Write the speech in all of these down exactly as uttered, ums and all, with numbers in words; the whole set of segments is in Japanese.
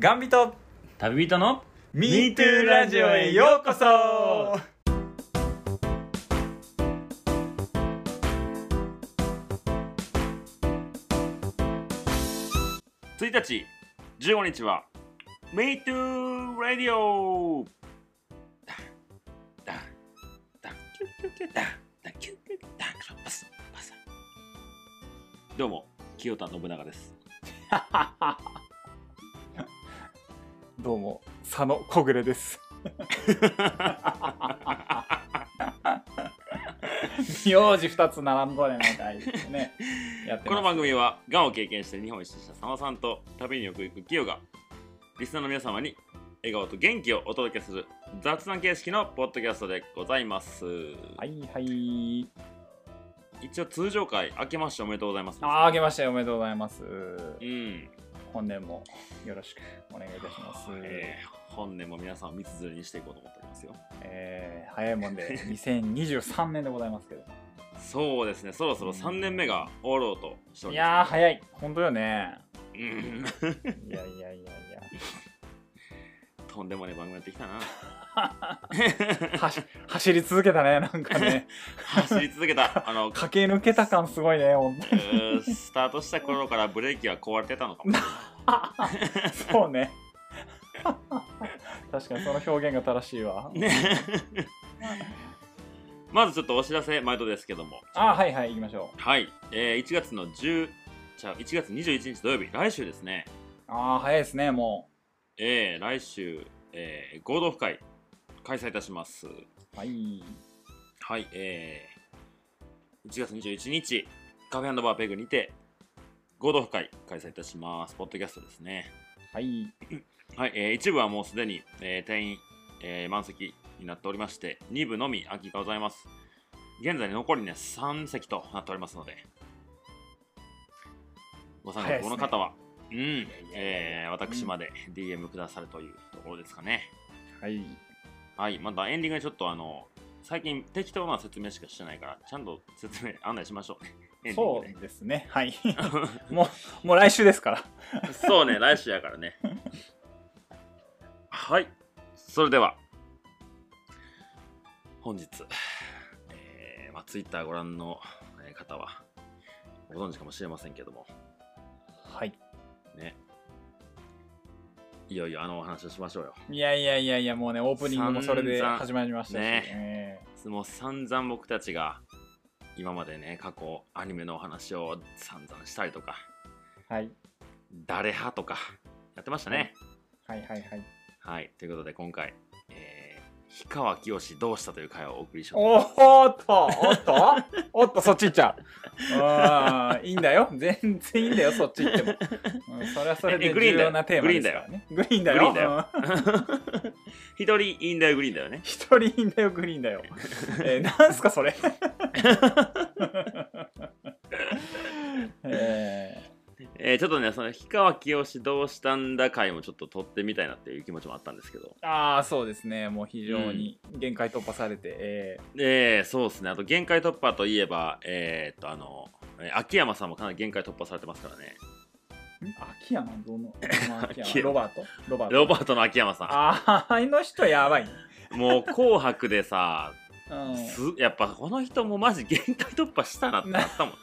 ガンビと旅人の MeToo ラジオへようこそ。 ついたちじゅうごにちは MeToo ラジオダダダキュキュキュダダキュキュキュダパスパス。どうも清田信長です。 どうも佐野小暮です。名字ふたつ並んどれないかいね。やってます。 この番組はがんを経験して日本一周した佐野さんと旅によく行く清がリスナーの皆様に笑顔と元気をお届けする雑談形式のポッドキャストでございます。 はいはい。 一応通常回明けましておめでとうございます。 ああ、明けましておめでとうございます。 うん。 本年もよろしくお願いいたします。 えー、本年も皆さんを道連れにしていこうと思っておりますよ。 えー、早いもんでにせんにじゅうさんねんでございますけど。 そうですね、そろそろさんねんめが終わろうとしております。 いやー早い、本当よね。 うん。 いやいやいやいや。 とんでもねえ番組やってきたな。 走り続けたね、なんかね。 走り続けた。あの駆け抜けた感すごいね、本当に。 スタートした頃からブレーキは壊れてたのかもしれない。 そうね。確かにその表現が正しいわ。 ね。まずちょっとお知らせ毎度ですけども。 あ、はいはい、行きましょう。はい、えー、いちがつのじゅうじゃあいちがつにじゅういちにち土曜日、来週ですね。 ああ、早いですね、もう。 えー、来週、えー、合同オフ会開催いたします。 はい。 はい、えー、いちがつにじゅういちにち、カフェ&バーペグにて合同オフ会開催いたします。ポッドキャストですね。 はい。 はい、えー、一部はもうすでに、えー、定員、えー、満席になっておりまして、に部のみ空きがございます。現在残りね、さんせきとなっておりますので、ご参加この方は、うん、えー、私まで ディーエム くださるというところですかね。 はい。 はい、またエンディングでちょっとあの、最近適当な説明しかしてないから、ちゃんと説明案内しましょうね。 そうですね、はい。もう、もう来週ですから。 そうね、来週やからね。はい、それでは、本日、えーまあ、Twitter ご覧の方はご存知かもしれませんけども、 はいね、いよいよあのお話をしましょうよ。 いやいやいやいや、もうね、オープニングもそれで始まりましたしね、えー、もう散々僕たちが今までね、過去アニメのお話を散々したりとか、 はい、 誰派とかやってましたね。 はい、はいはいはいはい、ということで今回、えー、氷川きよしどうしたという回をお送りしよう。おっとおっとおっと、そっち行っちゃう。ああ、いいんだよ、全然いいんだよ、そっち行っても。うん、それはそれで重要なテーマですからね。グリーンだよ。グリーンだよ。 一人いいんだよ、グリーンだよね。 一人いいんだよ、グリーンだよ。えー、なんすかそれ。えーえー、ちょっとね、その氷川きよしどうしたんだ回もちょっと撮ってみたいなっていう気持ちもあったんですけど。 ああ、そうですね、もう非常に限界突破されて、うん、 えー、えー、そうですね。あと限界突破といえば、えー、っとあの秋山さんもかなり限界突破されてますからね。 秋山どの秋山ロバートロバートロバートの秋山さん。 ああの人やばい、ね、 もう紅白でさ、 うん、 すやっぱこの人もマジ限界突破したなってなったもん。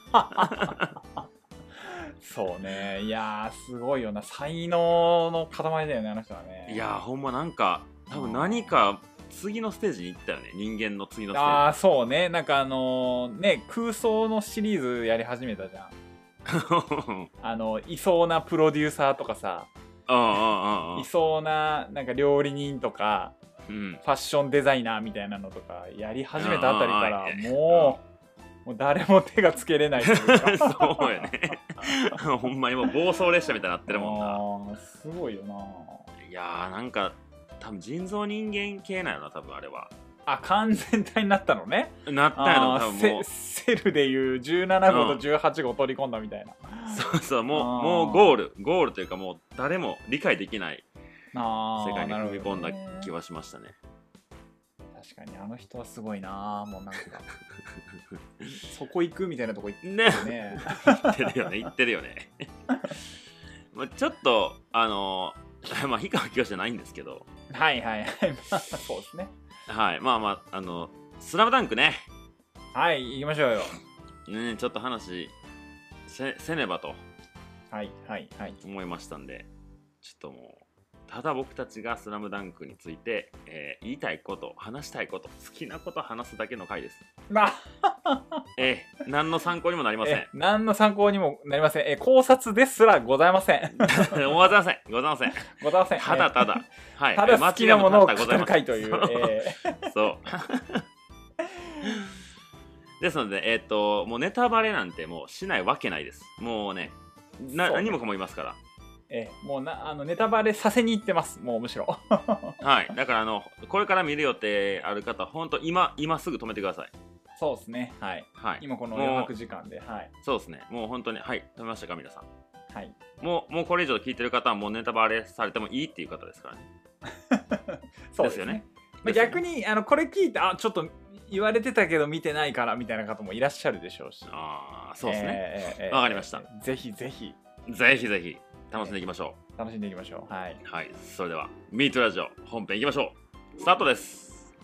そうね、いやーすごいよな、才能の塊だよね、あの人はね。 いやーほんまなんか多分何か次のステージに行ったよね、人間の次のステージ。 ああそうね、なんかあのー、ね、空想のシリーズやり始めたじゃん。あのいそうなプロデューサーとかさ、いそうななんか料理人とか、うん、ファッションデザイナーみたいなのとかやり始めたあたりからもう、もう誰も手がつけれないというかそうよね。ほんまにもう暴走列車みたいになってるもんな。すごいよな。 いやーなんか多分人造人間系なのな、多分あれは。 あ、完全体になったのね。 なったやろ、多分もうセ, セルでいうじゅうななごうとじゅうはちごう取り込んだみたいな、 うん、そうそう、もうもうゴールゴールというか、もう誰も理解できない世界に踏み込んだ気はしましたね。 確かにあの人はすごいな。もうなんかそこ行くみたいなとこ行ってね。 ね行ってるよね、行ってるよね。ちょっとあのまあ氷川きよしじゃないんですけど。 はいはいはい。まあそうですね。 はい、まあまあ、あの、スラムダンクね。 はい、行きましょうよ。 ね、ちょっと話せ、せねばと。 はいはいはい。 思いましたんで、ちょっともう、ただ僕たちがスラムダンクについて、えー、言いたいこと、話したいこと、好きなこと話すだけの回です。 まあ、 えー、何の参考にもなりません。 何の参考にもなりません。えー、考察ですらございません。 ございません。ございません。 ございません。 ただただ、はい、 ただ好きなものを語る回という。 えー、そう。ですので、えっ、ー、と、もうネタバレなんてもうしないわけないです。もうね、な何もかも言いますから。 えー、もうなあのネタバレさせに行ってます。もうむしろ。 はい。だからあのこれから見る予定ある方、本当今今すぐ止めてください。 そうですね。はい。はい、今この余白時間で、はい。 そうですね。もう本当にはい止めましたか皆さん。 はい。 もうもうこれ以上聞いてる方はもうネタバレされてもいいっていう方ですからね。 そうですよね。まあ、逆にあのこれ聞いてあちょっと言われてたけど見てないからみたいな方もいらっしゃるでしょうし。 ああそうですね。わ、えー、かりました、 えー。ぜひぜひぜひぜひ楽しんでいきましょう。楽しんでいきましょう。はい。 はい。それではミートラジオ本編いきましょう。スタートです。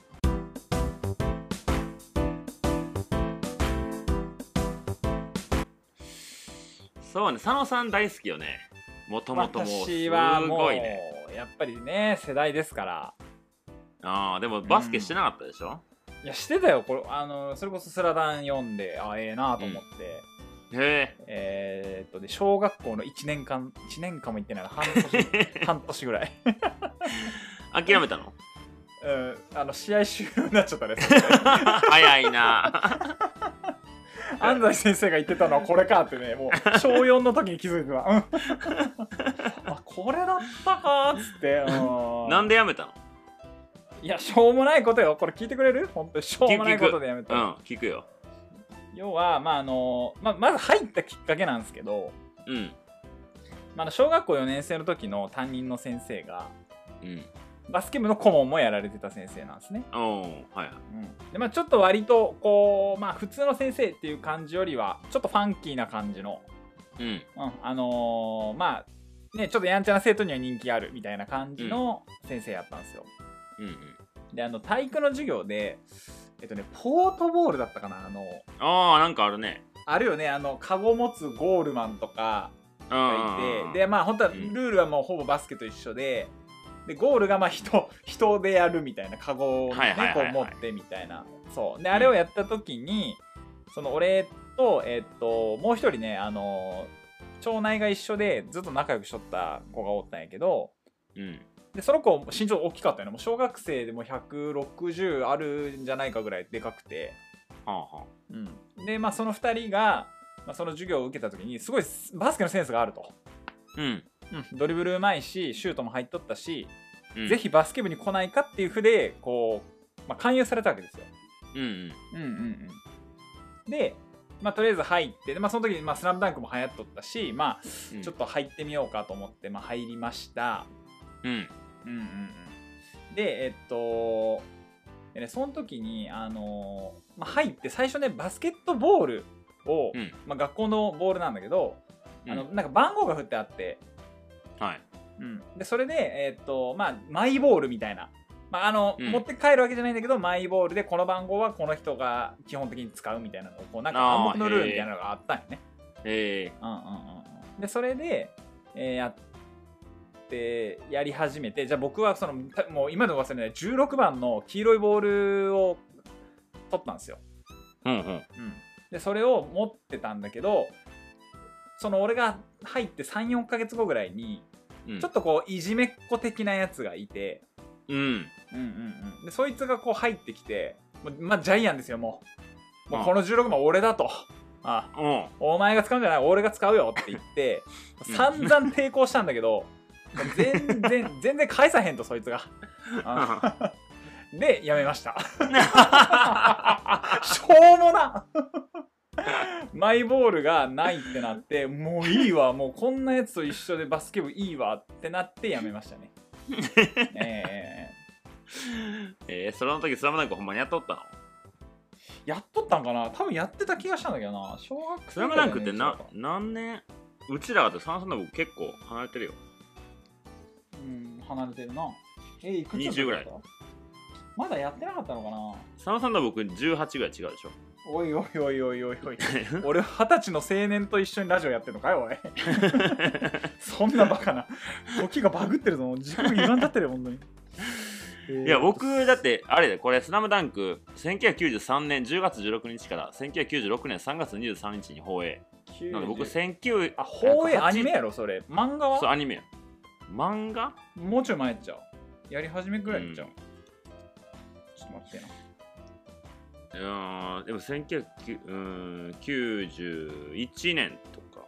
そうね、佐野さん大好きよね。もともともうすごいね。私はもうやっぱりね世代ですから。 ああでもバスケしてなかったでしょ。 うん、いやしてたよ。これあのそれこそスラダン読んであええー、なと思って。 うん、へえ。 えー、っとで小学校のいちねんかんいちねんかんも行ってないな半年半年ぐらい。 諦めたの？ うん、あの試合終了になっちゃったね。 早いな。 安西先生が言ってたのはこれかってね、もうしょうよんの時に気づいてた。あ、これだったかっつって。うん、 なんでやめたの？ いや、しょうもないことよ。これ聞いてくれる？本当にしょうもないことでやめた。 うん、聞くよ。 要は、まああのま、まず入ったきっかけなんですけど、 うん。 まあ、小学校よねん生の時の担任の先生が、 うん。 バスケ部の顧問もやられてた先生なんですね。 おー、はいはい。 うん、でまあ、ちょっと割とこう、まあ、普通の先生っていう感じよりはちょっとファンキーな感じの、 うんうん、 あのー、まあねちょっとやんちゃな生徒には人気あるみたいな感じの先生やったんですよ。 うんうん、 であの体育の授業でえっとねポートボールだったかな、あのあーなんかあるね。 あるよね、あのカゴ持つゴールマンとかがいて、でまあ本当はルールはもうほぼバスケと一緒で。でゴールがまあ 人, 人でやるみたいなカゴを、ね、こう持ってみたいな。そうであれをやった時に、その俺と、えー、っともう一人ね、あの町内が一緒でずっと仲良くしとった子がおったんやけど、 うん、 でその子身長大きかったよね。もう小学生でもひゃくろくじゅうあるんじゃないかぐらいでかくて、 はあはあ、 うん、でまあそのふたりが、まあ、その授業を受けた時にすごいバスケのセンスがあると。 うんうん、ドリブルうまいしシュートも入っとったし、うん、ぜひバスケ部に来ないかっていうふうでこう、まあ、勧誘されたわけですよ。 うんうん、うんうんうん、で、まあ、とりあえず入ってで、まあ、その時に、まあ、スラムダンクも流行っとったし、まあ、うん、ちょっと入ってみようかと思って、まあ、入りました。 うんうんうんうん、でえっとで、ね、その時に、あのーまあ、入って最初ねバスケットボールを、うんまあ、学校のボールなんだけど、あのなんか番号が振ってあって、 はい、 うん、でそれで、えーっとまあ、マイボールみたいな、まああのうん、持って帰るわけじゃないんだけどマイボールでこの番号はこの人が基本的に使うみたいなのをこうなんか暗黙のルールみたいなのがあったんよね。 へー、うんうんうん、でそれで、えー、やってやり始めて、じゃあ僕はそのもう今でも忘れないじゅうろくばんの黄色いボールを取ったんですよ。 うんうんうん、 でそれを持ってたんだけど、その俺が入ってさんよんかげつごぐらいに、うん、ちょっとこういじめっ子的なやつがいて、 うん、うんうんうんでそいつがこう入ってきて、まあジャイアンですよ。もう、もうこのじゅうろくばん俺だと、ああ、うん、お前が使うんじゃない俺が使うよって言って散々抵抗したんだけど全然全然返さへんとそいつがでやめましたしょうもなマイボールがないってなって、もういいわ、もうこんなやつと一緒でバスケ部いいわってなってやめましたね。えー、えー、その時スラムダンクほんまにやっとったの？ やっとったんかな、多分やってた気がしたんだけどな。小学生スラムダンクってな何年？うちらだとさんさんの僕結構離れてるよ。 う離れてるな。え、いくつにじゅうぐらい。 まだやってなかったのかな。 佐野さんと僕じゅうはちぐらい違うでしょ。 おいおいおいおいおいおい俺二十歳の青年と一緒にラジオやってんのかいおいそんなバカな時がバグってるぞ。時間歪んじゃってるよ本当に。えー、 いや僕だってあれでこれ「スラムダンクせんきゅうひゃくきゅうじゅうさんねんじゅうがつじゅうろくにちからせんきゅうひゃくきゅうじゅうろくねんさんがつにじゅうさんにちに放映なので僕せんきゅうあ放映アニメやろそれ。漫画はそうアニメや。漫画もうちょい前っちゃう。やり始めぐらいっちゃう、うん、ちょっと待ってな。 いやでもせんきゅうひゃくきゅうじゅういちねんとかか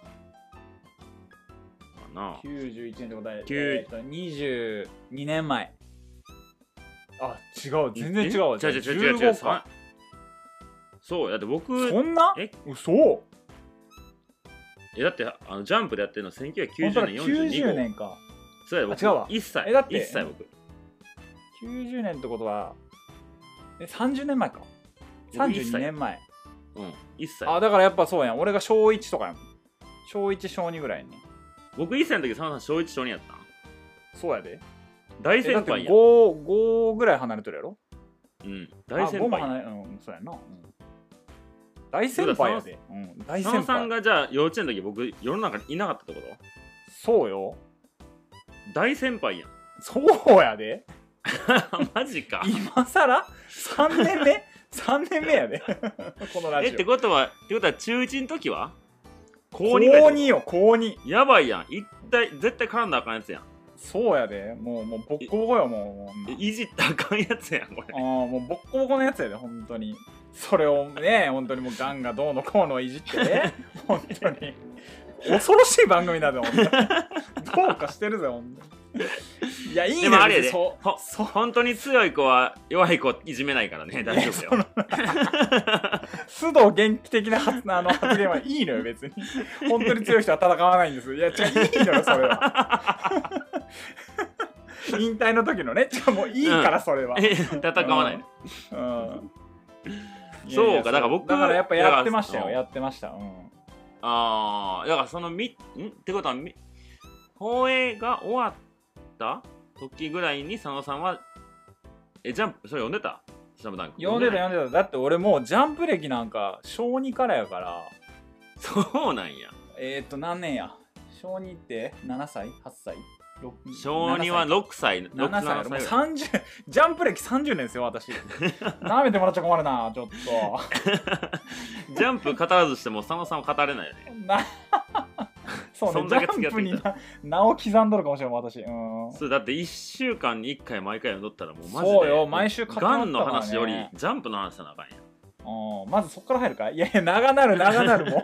な。 きゅうじゅういちねんってことは、えー、にじゅうにねんまえ。あ、違う、全然違うわ。 違う違う違う違う違う。そうだって僕そんなえ嘘えだってあのジャンプでやってるのせんきゅうひゃくきゅうじゅうねんよんじゅうにご。 きゅうじゅうねんか。 そうや僕違うわ。 いっさい。 えだっていっさい僕。 きゅうじゅうねんってことはえさんじゅうねんまえか。さんじゅうにねんまえ。 うん、いっさい。 あ、だからやっぱそうやん。俺がしょういちとかやん。しょういち、しょうにぐらいね。 僕いっさいの時佐野さんしょういち、しょうにやったん。 そうやで。 大先輩やん。 ご、ごぐらい離れてるやろ。 うん、大先輩。 ごも離れ、うん、そうやな。うん、大先輩やで。うん、大先輩。 佐野さんがじゃあ幼稚園の時僕世の中にいなかったってこと？ そうよ。 大先輩やん。 そうやで。 マジか。 今さらさんねんめさんねんめやでこのラジオ。 えってことはってことは中いちの時はこうにこうによこうに。 やばいやん。一体絶対絡んだらあかんやつやん。 そうやで。もうもうボッコボコよもう。 いじったらあかんやつやんこれ。 ああもうボッコボコのやつやで本当に。それをね本当にもうガンがどうのこうのいじってね本当に恐ろしい番組だぜ本当に。どうかしてるぜ本当に。いやいいね。 でもあれやでそそ本当に強い子は弱い子いじめないからね大丈夫よ。 須藤元気的な発あの発言はいいのよ別に。本当に強い人は戦わないんです。いや違ういいのよそれは。引退の時のね違うもういいからそれは、うん、 戦わない、 うんうん、 そうかだから僕だからやっぱやってましたよやってました、うん、 ああだからそのみんってことはみ放映が終わった時ぐらいに佐野さんはえジャンプそれ読んでたスラムダンク読んでた読んでた。だって俺もうジャンプ歴なんか小にからやから。 そうなんや。 えー、っと何年や小にってななさいはっさい小にはろくさいななさいもうさんじゅうジャンプ歴さんじゅうねんですよ私。なめてもらっちゃ困るなちょっと。 ジャンプ語らずしても佐野さんは語れないよね。なそうね、ジャンプにな名を刻んどるかもしれない私。うん。 そうだっていっしゅうかんにいっかい毎回読んどったらもうマジでそうよ毎週ガンの話よりジャンプの話せなあかんやん。 うん、まずそっから入るかい。いやいや長なる長なるもう。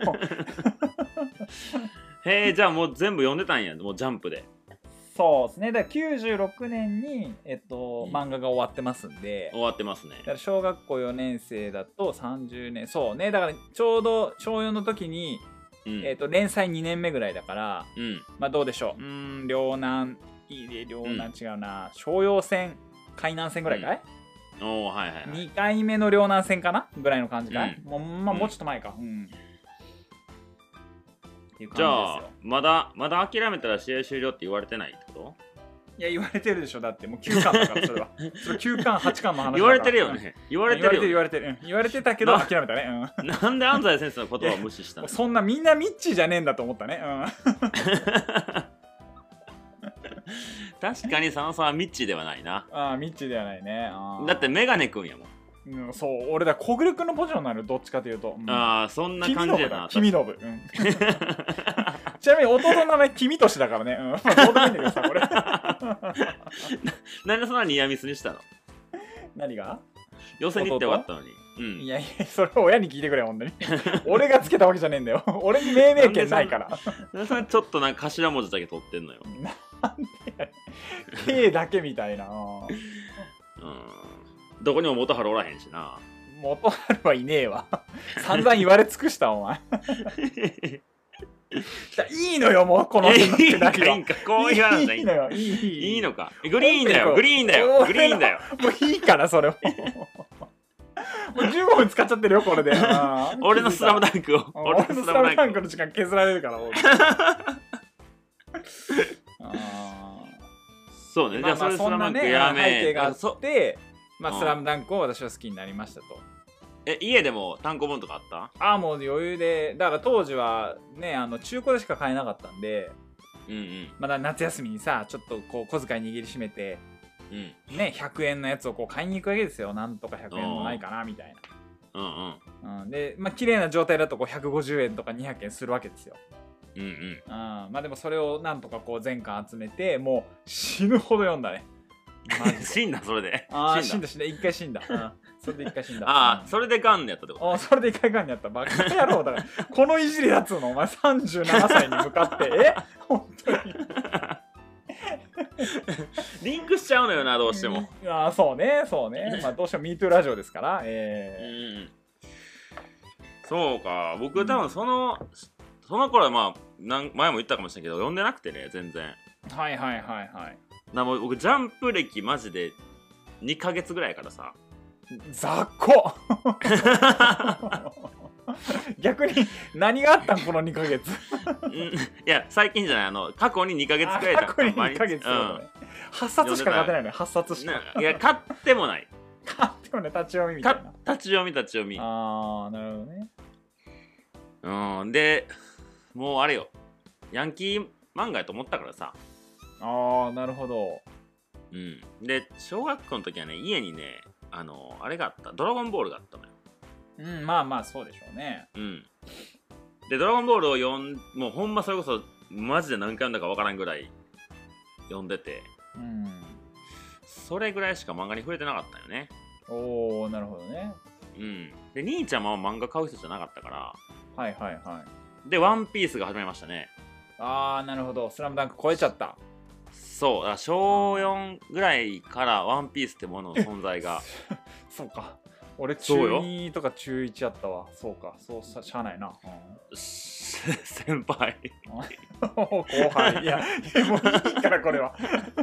へえじゃあもう全部読んでたんやもうジャンプで。 そうですね。だからきゅうじゅうろくねんに、えっと、うん、漫画が終わってますんで。 終わってますね。 だから小学校よねん生だとさんじゅうねん。そうね。だからちょうど小よんの時に、うん、えっと連載にねんめぐらいだから、うん、まあどうでしょう。うーん、両南、いいね、両南違うな。商用戦、海南戦ぐらいかい、 うん、おー、はいはい、はい。 にかいめの両南戦かなぐらいの感じかい、うん、もう、まあもうちょっと前か。うん。 じゃあまだまだ諦めたら試合終了って言われてないってこと？ いや言われてるでしょ。だってもうきゅうかんだからそれは。それきゅうかんはちかんの話だから。 言われてるよね。言われてるよ、ね、 言われてる言われてる言われてたけど諦めたね。 うん、なんで安西先生の言葉を無視したの？ そんなみんなミッチーじゃねえんだと思ったね。うん、 確かに佐野さんはミッチーではないな。 ああミッチーではないね。あだってメガネくんやもん。 うん、そう俺だ小暮君のポジションになるどっちかというと、 うん、ああそんな感じやな。 君信だ君信、うん、ちなみに弟の名前君俊だからね、うん、まあどうでもいいんだけどさこれなんでそんなニアミスにしたの？ 何が予選に行って終わったのに、 うん、いやいやそれを親に聞いてくれ本当に俺がつけたわけじゃねえんだよ俺に命名権ないからなんでちょっとなんか頭文字だけ取ってんのよ。 なんでや K だけみたいな。うんどこにも元春おらへんしな。 元春はいねえわ。散々言われ尽くしたお前。いいのよもうこの辺のくだりは。いいんかこう言わないいいのよいいいいのか。グリーンだよグリーンだよグリーンだよ。 もういいからそれも。もうじゅうごふん使っちゃってるよこれで。 俺のスラムダンクを。 俺のスラムダンクの時間削られるから。あそうね、 まあまあじゃあそれそんなねスラムダンクやめ背景があってまあ、 うんスラムダンクを私は好きになりましたと。 え、家でも単行本とかあった？ ああ、もう余裕で、だから当時はね、あの中古でしか買えなかったんで、 うんうん。 まだ夏休みにさ、ちょっとこう小遣い握りしめて、 うん。 ね、ひゃくえんのやつをこう買いに行くわけですよ。なんとかひゃくえんもないかな、みたいうんうん。 な。うん、で、まあ、綺麗な状態だとこうひゃくごじゅうえんとかにひゃくえんするわけですよ。 うんうん。 うん、まあでもそれをなんとかこう全巻集めて、もう死ぬほど読んだね。マジで死んだ、それで。 ああ、死んだ死んだ。一回死んだ。うん。それで一回死んだ。 ああ、 うんそれでガンやったってことあそれで一回ガンにやったバカ野郎だからこのいじりだっつうのお前さんじゅうななさいに向かってえ本当にリンクしちゃうのよな、どうしても。 ああそうねそうねまあどうしても MeToo ラジオですからえー、うんそうか、僕多分その、うん、その頃はまあなん前も言ったかもしれんけど読んでなくてね、全然。 はいはいはいはいなもう僕ジャンプ歴マジでにかげつぐらいからさ雑魚逆に何があったんこのにかげついや最近じゃない、あの過去ににかげつくらいだ過去ににかげつ、ね、うん、はっさつしか買ってないのよはっさつしかいや買ってもない買ってもね立ち読みみたいな立ち読み立ち読みああなるほどねうんでもうあれよヤンキー漫画やと思ったからさああなるほどうんで小学校の時はね家にねあのあれがあったドラゴンボールがあったのようんまあまあそうでしょうねうんでドラゴンボールを読んもうほんまそれこそマジで何回読んだかわからんぐらい読んでてうんそれぐらいしか漫画に触れてなかったよねおおなるほどねうんで兄ちゃんは漫画買う人じゃなかったからはいはいはいでワンピースが始まりましたねああなるほどスラムダンク超えちゃったそうだから小よんぐらいからワンピースってものの存在がそうか俺中にとか中いちやったわそうかそうさしゃあないな、うん、 先輩後輩いやもういいからこれは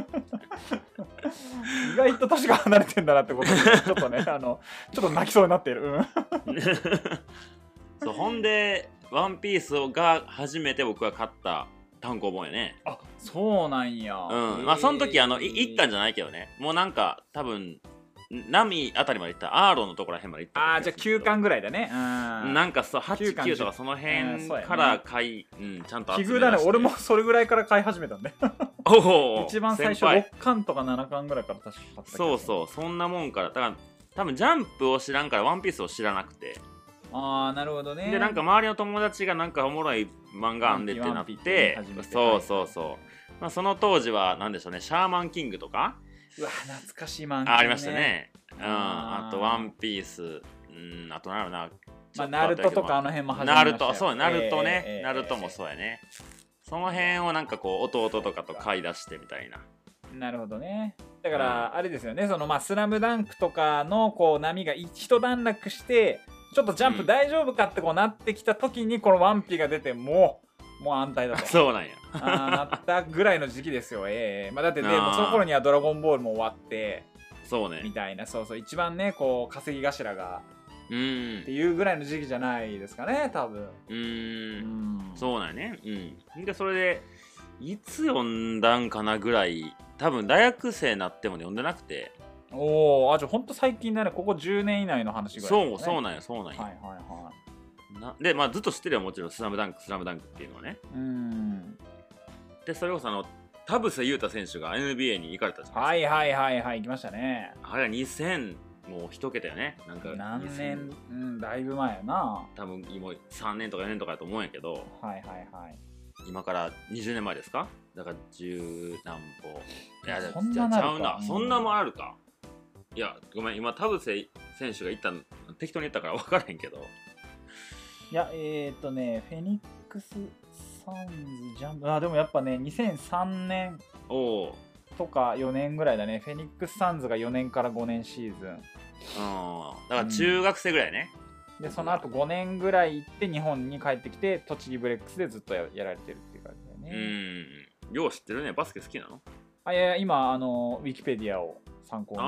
意外と年が離れてんだなってことでちょっとねあのちょっと泣きそうになっている、うん、 そうほんでワンピースが初めて僕が買った単行本やねあそうなんやうんまあその時あのいったんじゃないけどねもうなんか多分ナミあたりまで行ったアーロンのところらへんまで行ったああじゃあきゅうかんぐらいだねうんなんかそうはち、きゅうとかその辺から買い、うん、ちゃんと集め出して奇遇だね俺もそれぐらいから買い始めたんでお一番最初ろっかんとかななかんぐらいから確か買ったそうそうそんなもんからだから多分ジャンプを知らんからワンピースを知らなくてああなるほどねでなんか周りの友達がなんかおもろい漫画あんでってなってそうそうそう、まあ、その当時はなんでしょうねシャーマンキングとかうわ懐かしい漫画、 ね、あ, ありましたねうんあとワンピースうんあとなんやろなまあナルトとかあの辺も始まりましたナルトそうナルトね、 えー、 ナルトもそうやね、えー、その辺をなんかこう弟とかと買い出してみたいななるほどねだからあれですよねそのまあスラムダンクとかのこう波が一段落してちょっとジャンプ大丈夫かってこうなってきた時にこのワンピが出てもうもう安泰だとそうなんやあなったぐらいの時期ですよええー、まあだってねもうその頃にはドラゴンボールも終わってそうねみたいなそうそう一番ねこう稼ぎ頭がうんっていうぐらいの時期じゃないですかね多分うんうんそうなんやねうんでそれでいつ読んだんかなぐらい多分大学生になっても読んでなくておおあじゃあほんと最近だねここじゅうねん以内の話ぐらい、ね、 そうそうなんやそうなんやはいはいはいなでまあずっと知ってるよもちろんスラムダンクスラムダンクっていうのはねうんでそれこそあの田臥勇太選手が エヌビーエー に行かれたじゃないですかはいはいはいはい行きましたねあれはにせんもう一桁よねなんか何年うんだいぶ前やな多分今さんねんとかよねんとかやと思うんやけどはいはいはい今からにじゅうねんまえですかだから十何歩いやそんななるかちゃうな、うん、そんなもあるかいやごめん今田臥選手が言った適当に言ったから分からへんけどいやえっ、ー、とねフェニックスサンズジャンプあでもやっぱねにせんさんねんとかよねんぐらいだねフェニックスサンズがよねんからごねんシーズンうんだから中学生ぐらいね、 うん、でその後ごねんぐらい行って日本に帰ってきて栃木ブレックスでずっと や, やられてるっていう感じだよねうんよう知ってるねバスケ好きなのあいやいや今あのウィキペディアを参考に、うん、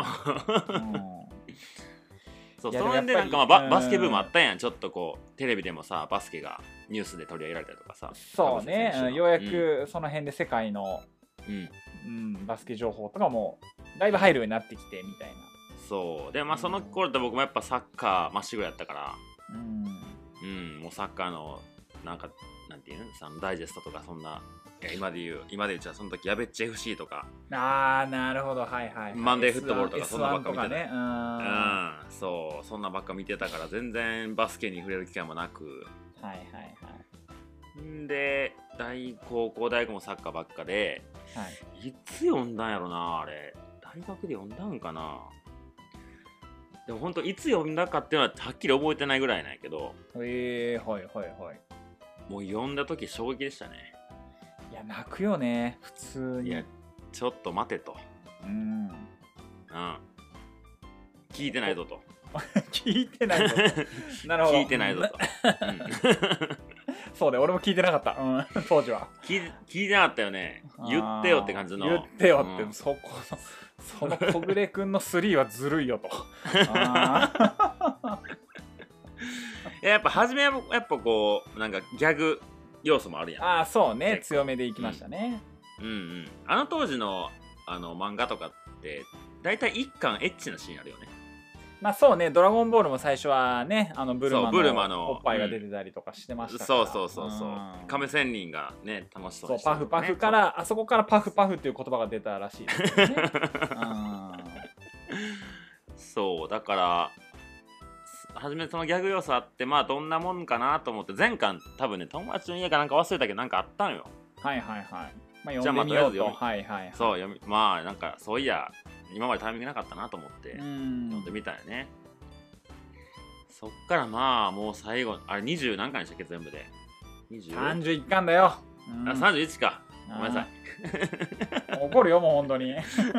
そうその辺でなんか、まあ、バ, バスケブームあったやんちょっとこうテレビでもさバスケがニュースで取り上げられたりとかさそうね、うん、ようやくその辺で世界の、 うん、 うん、バスケ情報とかもだいぶ入るようになってきてみたいな。 そうで、まあその頃って僕もやっぱサッカーまっしぐらやったから、 うん、 うん、もうサッカーのなんかなんていうの、そのダイジェストとかそんな、いや今で言う今で言うじゃその時やべっち エフシー とか、 あーなるほど、はいはい、はい、 マンデーフットボールとかそんなばっか見てた、 ね、うん、 うん、そうそんなばっか見てたから全然バスケに触れる機会もなく、 はいはいはい。 んで大高校大学もサッカーばっかで、はい、いつ読んだんやろな、あれ大学で読んだんかな。でも本当いつ読んだかっていうのははっきり覚えてないぐらいなんやけど、 えー、はいはいはい。 もう読んだ時衝撃でしたね。 いや泣くよね普通に。 いやちょっと待てと、 うん、うん、 聞いてないぞと聞いてないぞとなるほど、 聞いてないぞと、うん、 そうね、俺も聞いてなかった、うん、当時は聞い、聞いてなかったよね。言ってよって感じの。 言ってよって、うん、そこのその小暮くんのスリーはずるいよとあいややっぱ初めはやっぱこうなんかギャグ要素もあるやん。 ああそうね、強めでいきましたね、 うん、うんうんあの当時のあの漫画とかってだいたい一巻エッチなシーンあるよね。 まあそうね、ドラゴンボールも最初はね、あのブルマ の, ブルマのおっぱいが出てたりとかしてましたから、 うん、そうそうそうそう、うん、亀仙人がね楽しそうにしてる、ね、そうパフパフからあそこからパフパフっていう言葉が出たらしいですよねそうだから初めそのギャグ要素あってまあどんなもんかなと思って前巻多分ね友達の家かなんか忘れたけどなんかあったんよ。 はいはいはい、まあ、読んでみようと、はいはい、 そう読みまあなんかそういや今までタイミングなかったなと思って読んでみたよね。そっからまあもう最後あれにじゅう何巻でしたっけ全部でさんじゅういっかんだよ、 うん、あさんじゅういちかごめんなさい怒るよもう本当に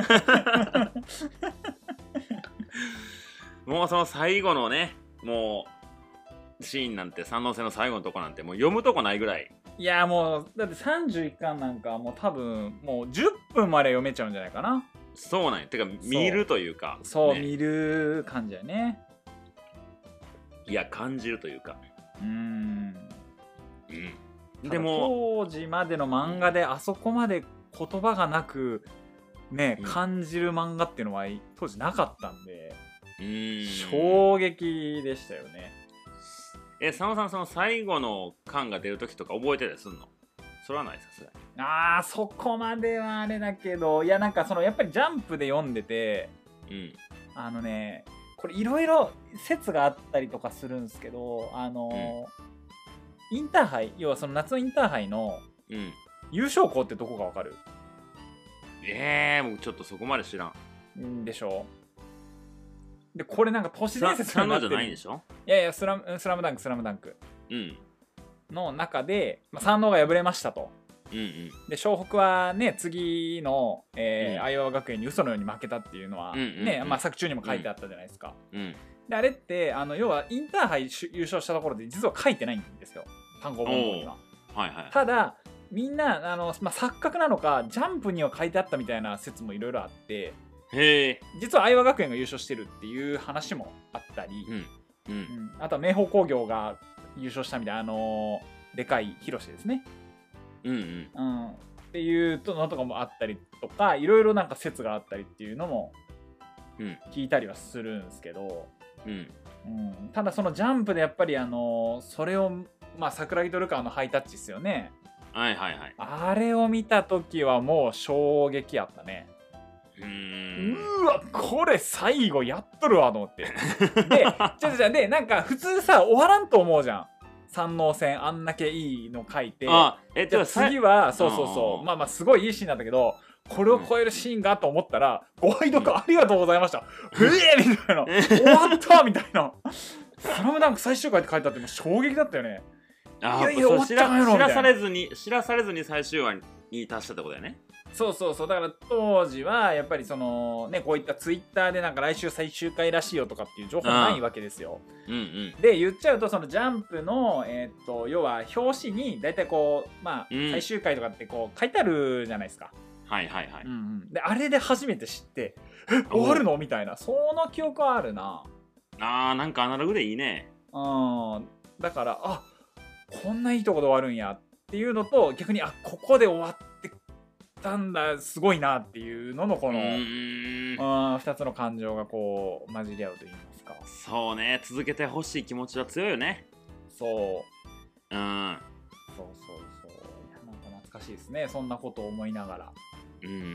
もうその最後のねもうシーンなんて三能線の最後のとこなんてもう読むとこないぐらい。 いやもうだってさんじゅういっかんなんかもう多分もうじゅっぷんまで読めちゃうんじゃないかな。 そうなんや、てか見るというかそう、ね、見る感じやね。 いや感じるというかうーん、 うん、でも当時までの漫画であそこまで言葉がなくね、うん、感じる漫画っていうのは当時なかったんで、 うーん衝撃でしたよね。 え、佐野さんその最後の巻が出るときとか覚えてたりすんの？それはないさすがに。 あーそこまではあれだけど、いやなんかそのやっぱりジャンプで読んでて、 うん、 あのねこれいろいろ説があったりとかするんですけど、あの、うん、インターハイ、要はその夏のインターハイの優勝校ってどこかわかる？ えー、もうちょっとそこまで知らん。 んでしょ。でこれなんか都市伝説になってる。 じゃないんでしょ？ いやいやスラムスラムダンクスラムダンク、 うん、 の中で、まあ、山王が敗れましたと。 うんうん、で湘北はね次の、えーうん、相葉学園に嘘のように負けたっていうのは、うんうんうんねまあ、作中にも書いてあったじゃないですか、 うん、 であれってあの要はインターハイ優勝したところで実は書いてないんですよ単行本には、 はいはい、 ただみんなあの、まあ、錯覚なのかジャンプには書いてあったみたいな説もいろいろあって、 へ実は相葉学園が優勝してるっていう話もあったり、 うんうんうん、 あとは明豊工業が優勝したみたいなあのでかい広瀬ですね、 うんうんうん、っていうのとかもあったりとかいろいろなんか説があったりっていうのも聞いたりはするんですけど、 うんうん、ただそのジャンプでやっぱりあのそれをまあ桜木とかのハイタッチですよね、 はいはいはい、 あれを見た時はもう衝撃やったね。 うーんうわこれ最後やっとるわと思ってでちょっとじゃでなんか普通さ終わらんと思うじゃん三能戦あんだけいいの書いて、 あえじゃあ次はそうそうそうまあまあすごいいいシーンなんだけどこれを超えるシーンがと思ったら、うん、ご愛読ありがとうございました、うん、ええー、みたいな終わったみたいなスラムダンク最終回って書いてあっても衝撃だったよね。 あいやいや終わったんやろ知らされずに知らされずに最終話に達したってことだよね。 そうそうそうだから当時はやっぱりそのねこういったツイッターでなんか来週最終回らしいよとかっていう情報ないわけですよ。 うんうん、 で言っちゃうとそのジャンプのえー、っと要は表紙に大体こうまあ、うん、最終回とかってこう書いてあるじゃないですか。 はいはいはい。 うんうん、であれで初めて知ってえ終わるのみたいなその記憶はあるな。 あーなんかアナログでいいね。 うんだからあこんないいとこで終わるんやっていうのと逆にあここで終わってたんだすごいなっていうののこのうんふたつの感情がこう混じり合うと言いますか。 そうね、続けてほしい気持ちは強いよね。 そううんそうそうそう、いやなんか懐かしいですね、そんなことを思いながら。 うんうんうんうん。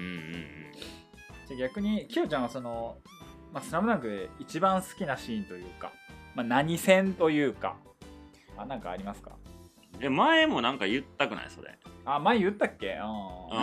じゃ逆にきよちゃんはその、まあ、スラムダンクで一番好きなシーンというか、まあ、何戦というか、あ、なんかありますか？ え、前もなんか言ったくないそれ。 あ、前言ったっけ？ うん、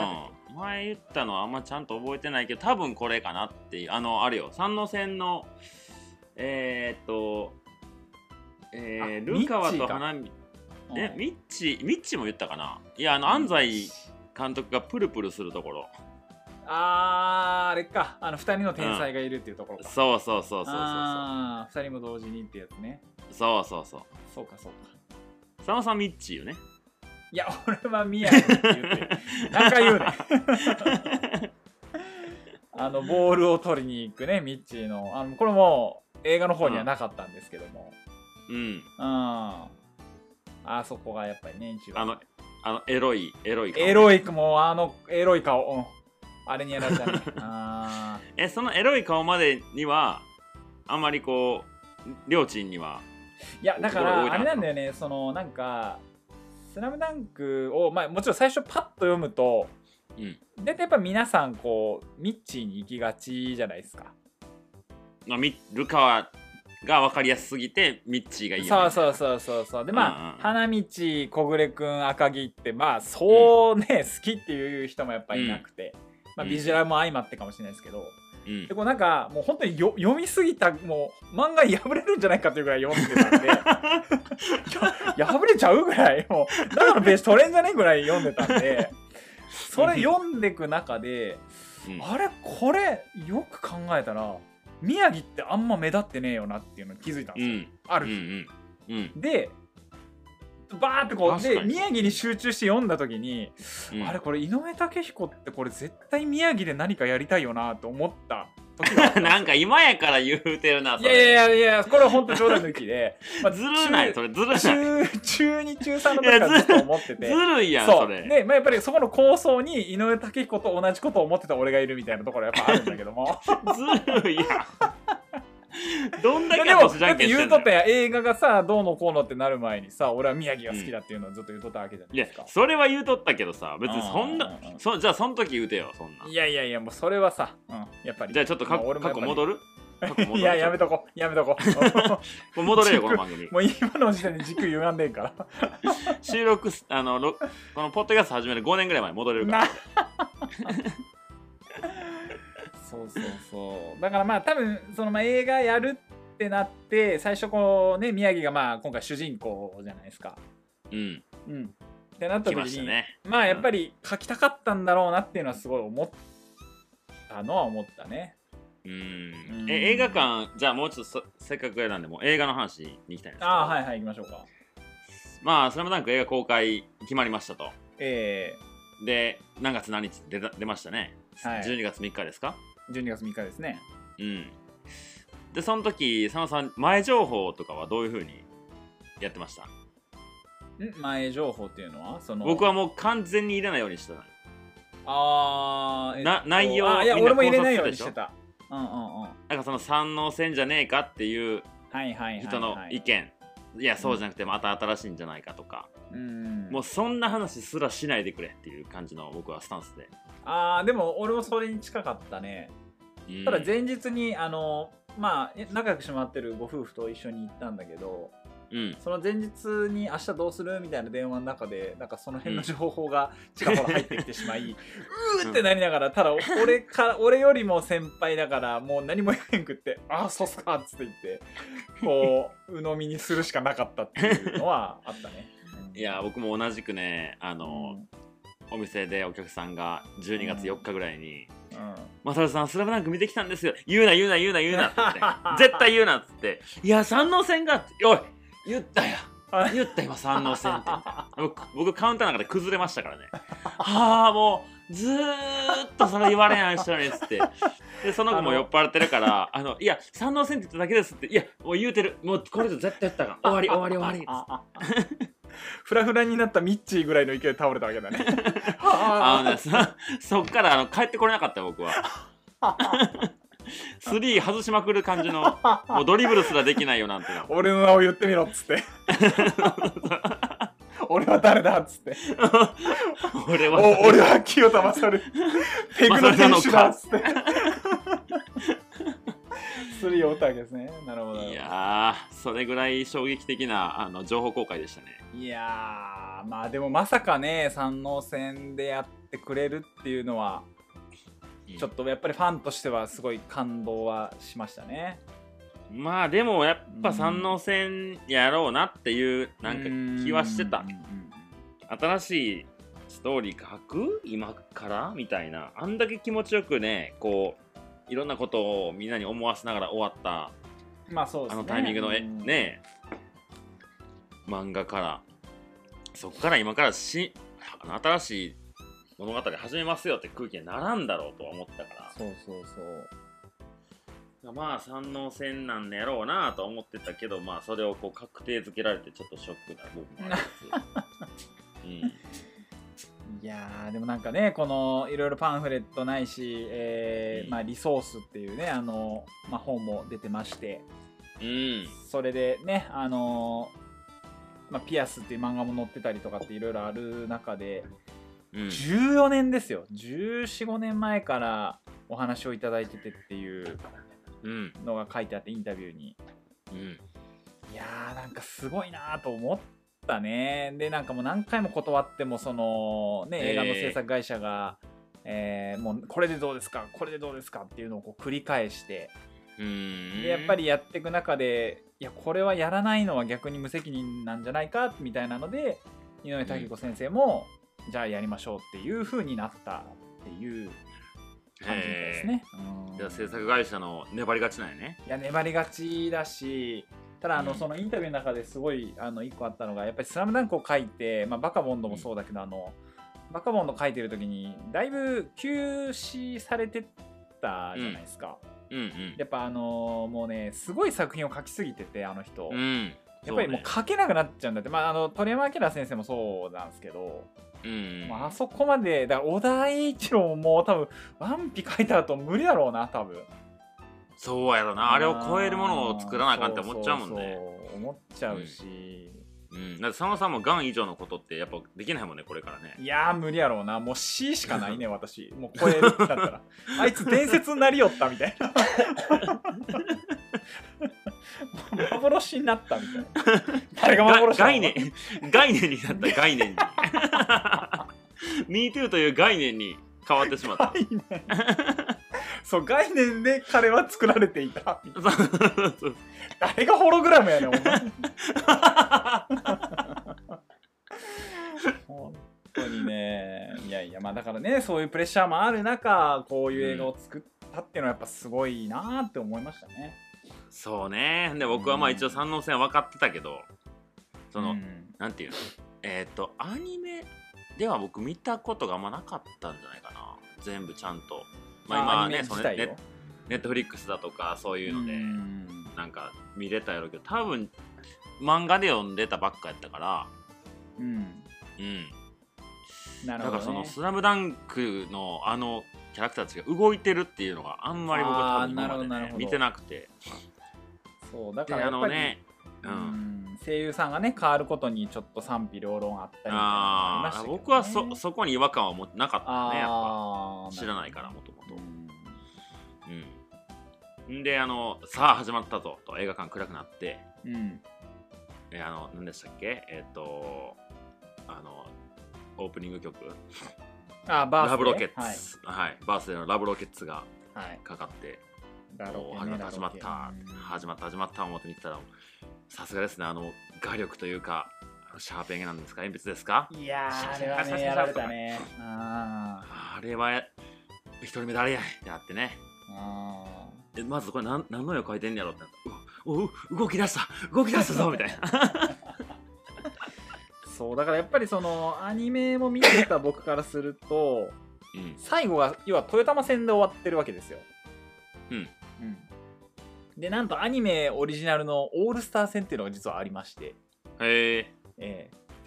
前言ったのはあんまちゃんと覚えてないけど、多分これかなっていう、あのあるよ、三能線のえー、っとえー、ルカワと花見、え、ミッチミッチも言ったかな。いや、あの安西監督がプルプルするところ。 あー、あれか、あのふたりの天才がいるっていうところか、 うん、そうそうそうそうそうそう、 あー、ふたりも同時にってやつね。 そうそうそう、 そうかそうか。 佐野さんミッチよね。 いや、俺は宮城って言って何回言うねあのボールを取りに行くね、ミッチーの、あのこれも映画の方にはなかったんですけども、 うん、うん、 あそこがやっぱりね一番、 あのあのエロいエロい顔、 エロいもあのエロい顔、うん、あれにやられたねあえ、そのエロい顔までにはあんまりこう両チームには、 いやだからあれなんだよね、そのなんかスラムダンクを、まあ、もちろん最初パッと読むと、うん、だいたいやっぱ皆さんこうミッチーに行きがちじゃないですか。 まあ、ルカワが分かりやすすぎてミッチーがいいよね。 そうそうそうそうそう。でまあ、うんうん、花道小暮くん赤木ってまあそうね、うん、好きっていう人もやっぱりいなくて、うん、まあ、ビジュアルも相まってかもしれないですけど、うん、でこうなんかもう本当によ読みすぎた、もう漫画破れるんじゃないかっていうぐらい読んでたんで破れちゃうぐらい、もうだからベース取れんじゃねえぐらい読んでたんでそれ読んでく中で、うん、あれこれよく考えたら宮城ってあんま目立ってねえよなっていうのに気づいたんですよ、うん、ある日、うんうんうん、でバーってこうで宮城に集中して読んだ時に、うん、あれこれ井上武彦ってこれ絶対宮城で何かやりたいよなと思った時がなんか今やから言うてるな。 いやいやいや、これは本当冗談抜きで、 まあ、ずるないそれ、ずるない中中に中さんの時からずっと思ってて、 ずるいやんそれで、まあ、やっぱりそこの構想に井上武彦と同じことを思ってた俺がいるみたいなところやっぱあるんだけどもずるいやんどんだけでもだって言うとったや映画がさどうのこうのってなる前にさ、俺は宮城が好きだっていうのをずっと言うとったわけじゃないですか、 うん、いやそれは言うとったけどさ、別にそんなそじゃあその時言うてよ、そんな。 いやいやいや、もうそれはさ、うん、やっぱりじゃあちょっと過去戻るいややめとこやめとこもう戻れよこの番組。 もう今の時点で軸歪んでんから収録あのこのポッドキャスト始めるごねんぐらい前に戻れるからそうそうそう、だからまあ多分そのまあ映画やるってなって最初こうね宮城がまあ今回主人公じゃないですか。 うんうんってなった時にましたね、 まあやっぱり書きたかったんだろうなっていうのはすごい思ったのは思ったね。 うん、え映画館じゃあもうちょっとせっかくなんでもう映画の話に行きたいんですけど。 ああはいはい行きましょうか。 まあスラムダンク映画公開決まりましたと。 ええー、で何月何日出出ましたね、はい、じゅうにがつみっかですか。 じゅうにがつみっかですね。 うんでその時佐野さん前情報とかはどういう風にやってました？ ん前情報っていうのはその僕はもう完全に入れないようにしてた。 あー、えっと、 な内容あいや俺も入れないようにしてた。うんうんうん。 なんかその三能線じゃねえかっていう人の意見、いやそうじゃなくてまた新しいんじゃないかとか、うん、もうそんな話すらしないでくれっていう感じの僕はスタンスで。 あーでも俺もそれに近かったね、うん、ただ前日にあのまあ仲良くしてもらってるご夫婦と一緒に行ったんだけど、うん、その前日に明日どうするみたいな電話の中でなんかその辺の情報がちらほら入ってきてしまい、うん、うーってなりながら、ただ俺か俺よりも先輩だからもう何も言えんくって、ああそうっすかっつって言ってこう鵜呑みにするしかなかったっていうのはあったね。 いや僕も同じくね、あの、うん、お店でお客さんがじゅうにがつよっかぐらいに、うんマサルさんスラムダンク見てきたんですよ、言うな言うな言うな言うなって絶対言うなっつって、いや三能線がっておい言ったよ言った今三能線って僕, 僕カウンターの中で崩れましたからねはあもうずーっとそれ言われない人にっつって、でその子も酔っ払ってるからあのいや三能線って言っただけですって、いやもう言うてるもうこれで絶対言ったから終わり終わり終わりっつってフラフラになったミッチーぐらいの勢いで倒れたわけだね。 あのね、そそっからあの帰ってこれなかったよ僕は。スリー外しまくる感じの、もうドリブルすらできないよなんての。 俺の名を言ってみろっつって。俺は誰だっつって。 俺はお俺は清田勝。ペグの選手だっつって。スリーを打ったわけですね。なるほど。 いやー、それぐらい衝撃的なあの情報公開でしたね。 いやー、まあでもまさかね、三能戦でやってくれるっていうのは、ちょっとやっぱりファンとしてはすごい感動はしましたね。 まあでもやっぱ三能戦やろうなっていうなんか気はしてた。新しいストーリー書く今からみたいな、あんだけ気持ちよくね、こういろんなことをみんなに思わせながら終わった、 まあそうですね、 あのタイミングのえね漫画から、そっから今からしあの新しい物語始めますよって空気にならんだろうとは思ったから。 そうそうそう。 まあ三能戦なんやろうなと思ってたけど、まあそれをこう確定づけられてちょっとショックな部分もありつ、 うん、いやーでもなんかね、このいろいろパンフレットないし、えーうん、まあリソースっていうね、あの、まあ、本も出てまして、 うん、 それでね、あのまあ、ピアスっていう漫画も載ってたりとかっていろいろある中で、うん、じゅうよねんですよ。じゅうよん、ごねんまえからお話をいただいててっていうのが書いてあって、インタビューに、うん、いやーなんかすごいなと思ったね。でなんかもう何回も断ってもそのね、映画の制作会社が、えー、もうこれでどうですかこれでどうですかっていうのをこう繰り返して、うん、でやっぱりやっていく中で、いやこれはやらないのは逆に無責任なんじゃないかみたいなので、井上武子先生も、うん、じゃあやりましょうっていう風になったっていう感じですね。 うん、じゃあ制作会社の粘りがちなんやね。 いや粘りがちだし、ただあの、うん、そのインタビューの中ですごいあのいっこあったのが、やっぱりスラムダンクを書いて、まあ、バカボンドもそうだけど、うん、あのバカボンド書いてる時にだいぶ休止されてたじゃないですか。うんうんうん、やっぱあのー、もうねすごい作品を書きすぎてて、あの人、うん、やっぱりもう書けなくなっちゃうんだって、まあ、あの鳥山明先生もそうなんですけど、うんうん、まあ、あそこまでだから小田栄一郎も多分ワンピ書いた後無理だろうな多分。 そうやろな、あれを超えるものを作らなあかんって思っちゃうもんね。 そうそうそう思っちゃうし、 うんうん、だって佐野さんもガン以上のことってやっぱできないもんねこれからね。 いやー無理やろうな、もう C しかないね私もう超えるってなったらあいつ伝説になりよったみたいな幻になったみたいな誰が幻だ概念概念になった概念にミートゥー という概念に変わってしまった概念そう概念で彼は作られていた誰がホログラムやねんお前本当にね。いやいやまあだからね、そういうプレッシャーもある中こういう映画を作ったっていうのはやっぱすごいなって思いましたね。 そうね。で僕はまあ一応三能線分かってたけど、その、うん、なんていうのえっ、ー、とアニメでは僕見たことがあんまなかったんじゃないかな、全部ちゃんと。まあ今ねそのネットフリックスだとかそういうのでなんか見れたやろうけど、多分漫画で読んでたばっかやったから、うんうんなるほどね、だからそのスラムダンクのあのキャラクターたちが動いてるっていうのがあんまり僕は多分今まで、ね、見てなくて、 そうだからやっぱりあのね、うん、声優さんがね変わることにちょっと賛否両論あったりみたいなのがありましたけど、ね、 僕は そ, そこに違和感はもなかったね、やっぱ知らないからもともと。んであのさあ始まったぞと映画館暗くなって、うん、えあの何でしたっけえっ、ー、とあのオープニング曲あバースラブロケッツ、はいはい、バースデーのラブロケッツがかかって、はい、始まった始まった始まった始まった思って見てたら、さすがですね、あの画力というかシャーペンなんですか鉛筆ですか。 いやーあれはねやられたね。ああれは一人目誰やってなってね。あえまずこれ何何の絵を描いてんやろってなった。おお動き出した動き出したぞみたいなそうだからやっぱりそのアニメも見てた僕からすると、うん、最後は要は豊玉戦で終わってるわけですよ。うん、うん、でなんとアニメオリジナルのオールスター戦っていうのが実はありまして、へえー、っ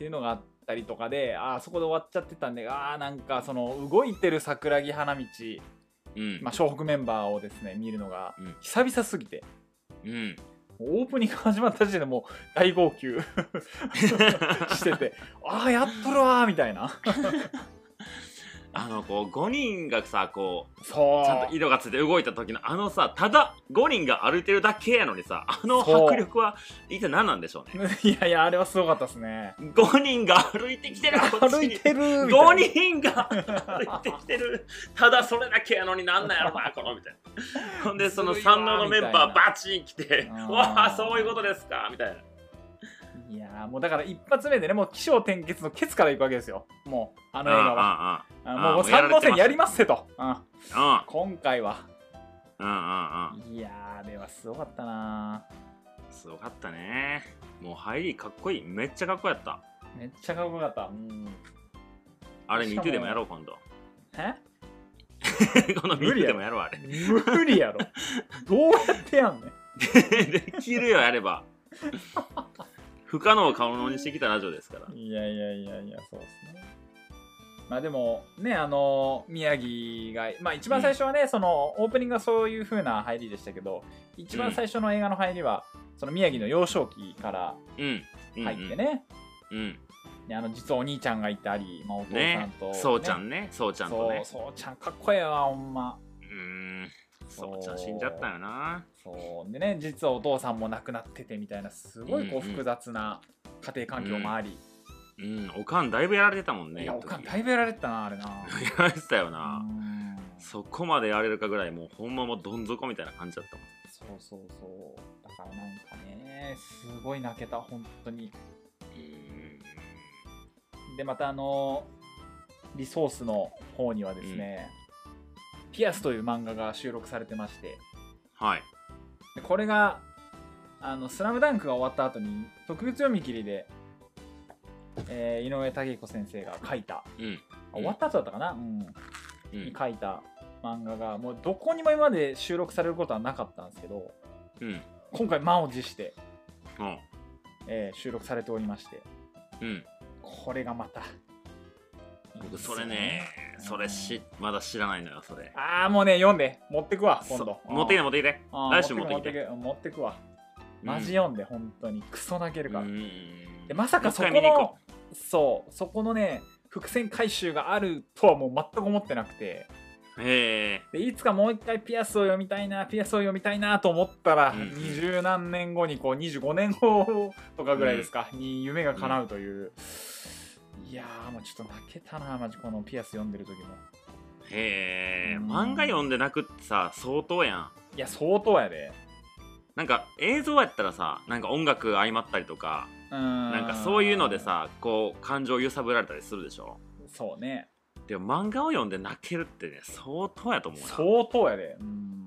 っていうのがあったりとかで、あそこで終わっちゃってたんで、あなんかその動いてる桜木花道、うんまあ、湘北メンバーをですね見るのが久々すぎて、うん、オープニング始まった時点でもう大号泣しててああやっとるわーみたいなあのこうごにんがさこうそうちゃんと色がついて動いた時のあのさただごにんが歩いてるだけやのにさあの迫力は一体何なんでしょうね。 いやいやあれはすごかったですね。 ごにんが歩いてきてるこっちに歩いてるごにんが歩いてきてるただそれだけやのになんなんやろなこのみたいな。ほんでその山王のメンバーバチン来てわあそういうことですかみたいな。 いやもうだから一発目でねもう起承転結のケツからいくわけですよ。もうあの映画はああもうさん号線やりますせと、うん、今回はうんうんうんいやあれはすごかったな。 すごかったね。もう入りかっこいい。めっちゃかっこよかった。 めっちゃかっこよかった。うんあれミートゥーでもやろう今度。 えこのミートゥーでもやろうあれ。 無理やろどうやってやんねんできるよやれば不可能を可能にしてきたラジオですから。 いやいやいやいやそうですね。まあでもねあの宮城がまあ一番最初はね、うん、そのオープニングはそういう風な入りでしたけど一番最初の映画の入りは、うん、その宮城の幼少期から入ってね、うんうんうん、であの実はお兄ちゃんがいたり、まあ、お父さんと、ね、 そうちゃんねそうちゃんとねそうちゃんかっこええわほんま。 うんそうちゃん死んじゃったよな。 そうでね実はお父さんも亡くなっててみたいなすごいこう複雑な家庭環境もあり、 うんうん、おかんだいぶやられてたもんね。 いやおかんだいぶやられてたなあれなやられてたよな。そこまでやれるかぐらいもうほんまもうどん底みたいな感じだったもん。 そうそうそうだからなんかねすごい泣けた本当に。でまたあのリソースの方にはですね、うん、ピアスという漫画が収録されてまして、 はい、 でこれがあのスラムダンクが終わった後に特別読み切りでえー、井上武彦先生が書いた、うん、終わった後だったかな、うんうん、に書いた漫画がもうどこにも今まで収録されることはなかったんですけど、うん、今回満を持して、うんえー、収録されておりまして、うん、これがまた僕それねそれしまだ知らないのよそれ。 ああもうね読んで持ってくわ今度。 持ってきて持ってきて来週持ってきて持ってくわマジ読んで、うん、本当にクソ泣けるから。でまさかそこのそうそこのね伏線回収があるとはもう全く思ってなくて、 へでいつかもう一回ピアスを読みたいなピアスを読みたいなと思ったら二十、うん、何年後にこうにじゅうごねんごとかぐらいですか、うん、に夢が叶うという、うん、いやーもうちょっと泣けたなマジこのピアス読んでる時も。 へえ、うん、漫画読んで泣くってさ相当やん。 いや相当やで。 なんか映像やったらさなんか音楽相まったりとかなんかそういうのでさこう感情揺さぶられたりするでしょ。 そうね。 でも漫画を読んで泣けるってね相当やと思うな。 相当やで。うんうんうんうん。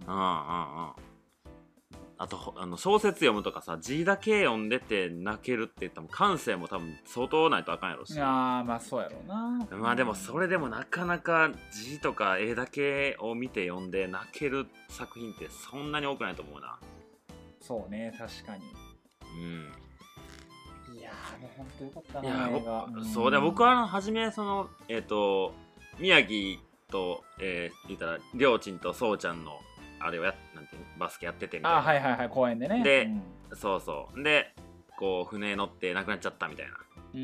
あとあの小説読むとかさ字だけ読んでて泣けるって言ったら感性も多分相当ないとあかんやろし。 いやまあそうやろうな。 まあでもそれでもなかなか字とか絵だけを見て読んで泣ける作品ってそんなに多くないと思うな。 そうね確かに。 うんいやーもう本当よかったな映画。 うん、そうだ僕は初めそのえっ、ー、と宮城と、えー、言ったらりょうちんとそうちゃんのあれをやなんていうバスケやっててみたいな。 あはいはいはい公園でね。 で、うん、そうそうでこう船乗って亡くなっちゃったみたいな。 うん、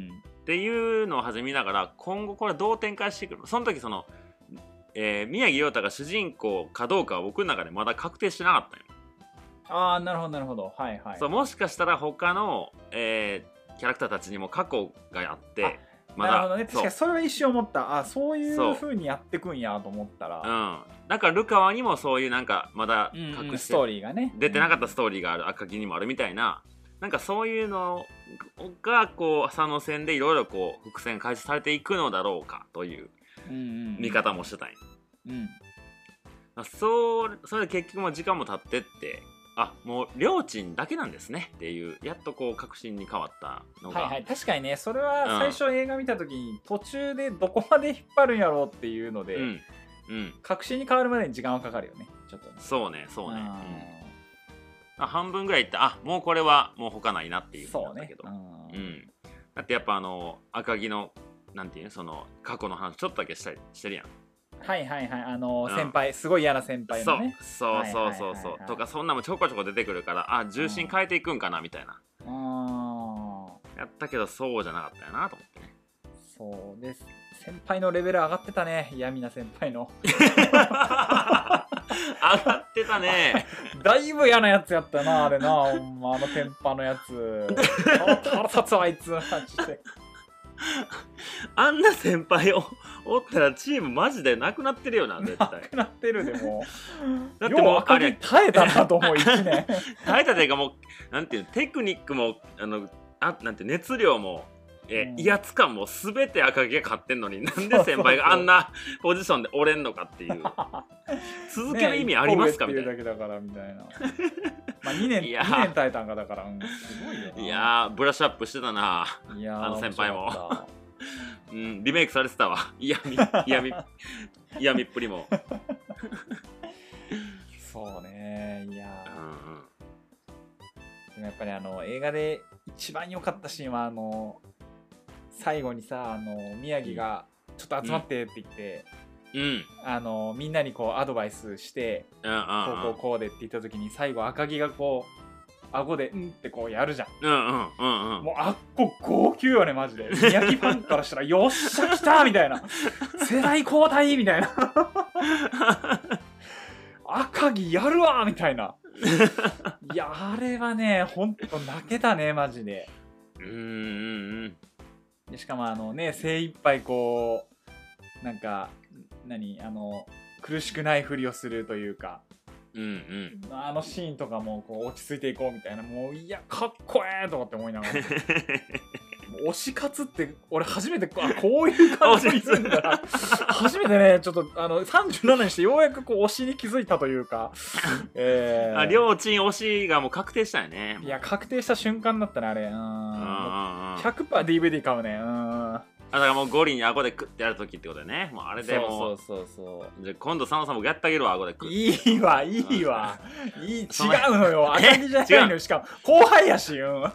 っていうのを始めながら今後これどう展開していくの。その時その、えー、宮城亮太が主人公かどうかは僕の中でまだ確定してなかったよ。 ああなるほどなるほどはいはい。 そうもしかしたら他の、えー、キャラクターたちにも過去があってまだなるほどね確かにそれは一瞬思った。あそういう風にやってくんやと思ったらうんだからルカワにもそういうなんかまだ隠して、 うんうん、ストーリーがね出てなかったストーリーがある、赤木にもあるみたいななんかそういうのがこう浅野線でいろいろこう伏線回収されていくのだろうかという見方もしてたんや、うんうん、そうそれで結局も時間も経ってってあもうりょうちんだけなんですねっていうやっとこう確信に変わったのがはいはい確かにねそれは最初映画見た時に、うん、途中でどこまで引っ張るんやろうっていうので、うんうん、確信に変わるまでに時間はかかるよねちょっとね。 そうねそうね、うん、半分ぐらいいったあもうこれはもう他ないなっていう風になったけど、 そうね、 うん、 だってやっぱあの赤木のなんていうのその過去の話ちょっとだけしたりしてるやん。 はいはいはい、あのーうん先輩すごい嫌な先輩のね。 そうそうそうそうそう、 はいはいはいはいとかそんなもちょこちょこ出てくるからあ重心変えていくんかなみたいな、 あやったけどそうじゃなかったよなと思ってね。 そうです。先輩のレベル上がってたね、嫌味な先輩の。 上がってたね。 だいぶ嫌なやつやったな、あれな、ほんま、あのテンパのやつ。腹立つわ、あいつ、マジで。 あんな先輩をおったらチームマジでなくなってるよな絶対。 なくなってるでも。 だってもうよう赤木耐えたなと思ういちねん。 耐えたというかもうなんていうのテクニックもあのあなんて熱量もえ、 うん威圧感も全て赤木が勝ってんのになんで先輩があんなポジションで折れんのかっていう続ける意味ありますか、 ね、 みたいな。 一個上っていうだけだからみたいな。まあにねんいやにねん耐えたんかだから、うん、すごいよな。 いやーブラッシュアップしてたな。 いやあの先輩も面白かっうん、リメイクされてたわ。嫌味嫌味嫌味っぷりも。 たそうね、いやうんうんでもやっぱりあの映画で一番良かったシーンはあの最後にさあの宮城がちょっと集まってって言って、 うんうんあのみんなにこうアドバイスしてうんうんこうこうこうでって言った時に最後赤木がこう顎でうんってこうやるじゃん。 うんうんうんうんもうあっこ号泣よねマジで。宮城ファンからしたらよっしゃ来たみたいな世代交代みたいな赤木やるわみたいな。いやあれはねほんと泣けたねマジで。 うんうんうんでしかもあのね精一杯こうなんか何あの苦しくないふりをするというか、 うんうんあのシーンとかもこう落ち着いていこうみたいな、もういやかっこええとかって思いながら推し活って俺初めてあこういう感じにするんだな初めてねちょっとあのさんじゅうななにしてようやくこう推しに気づいたというか、えー、 あ両チーム推しがもう確定したよね。 いや確定した瞬間だったねあれ。うんうんうんうんひゃくパーセントディーブイディー 買うね。うんあだからもうゴリに顎でクッてやるときってことだよね。もうあれでもそうそうそうそうじゃあ今度佐野さんもやってあげるわ顎でクッ。 いいわいいわいい違そのうのよ赤木じゃないの違うよしかも後輩やし、うん、あ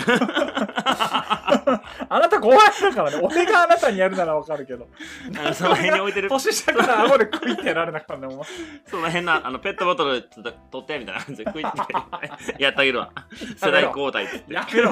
なた後輩だからね。俺があなたにやるならわかるけどあのその辺に置いてる年下から顎でクイってやられなかったんだもん。 その辺のあのペットボトルちょっと取ってみたいな感じでクイッてやってあげるわ。世代交代っつって。 やめろ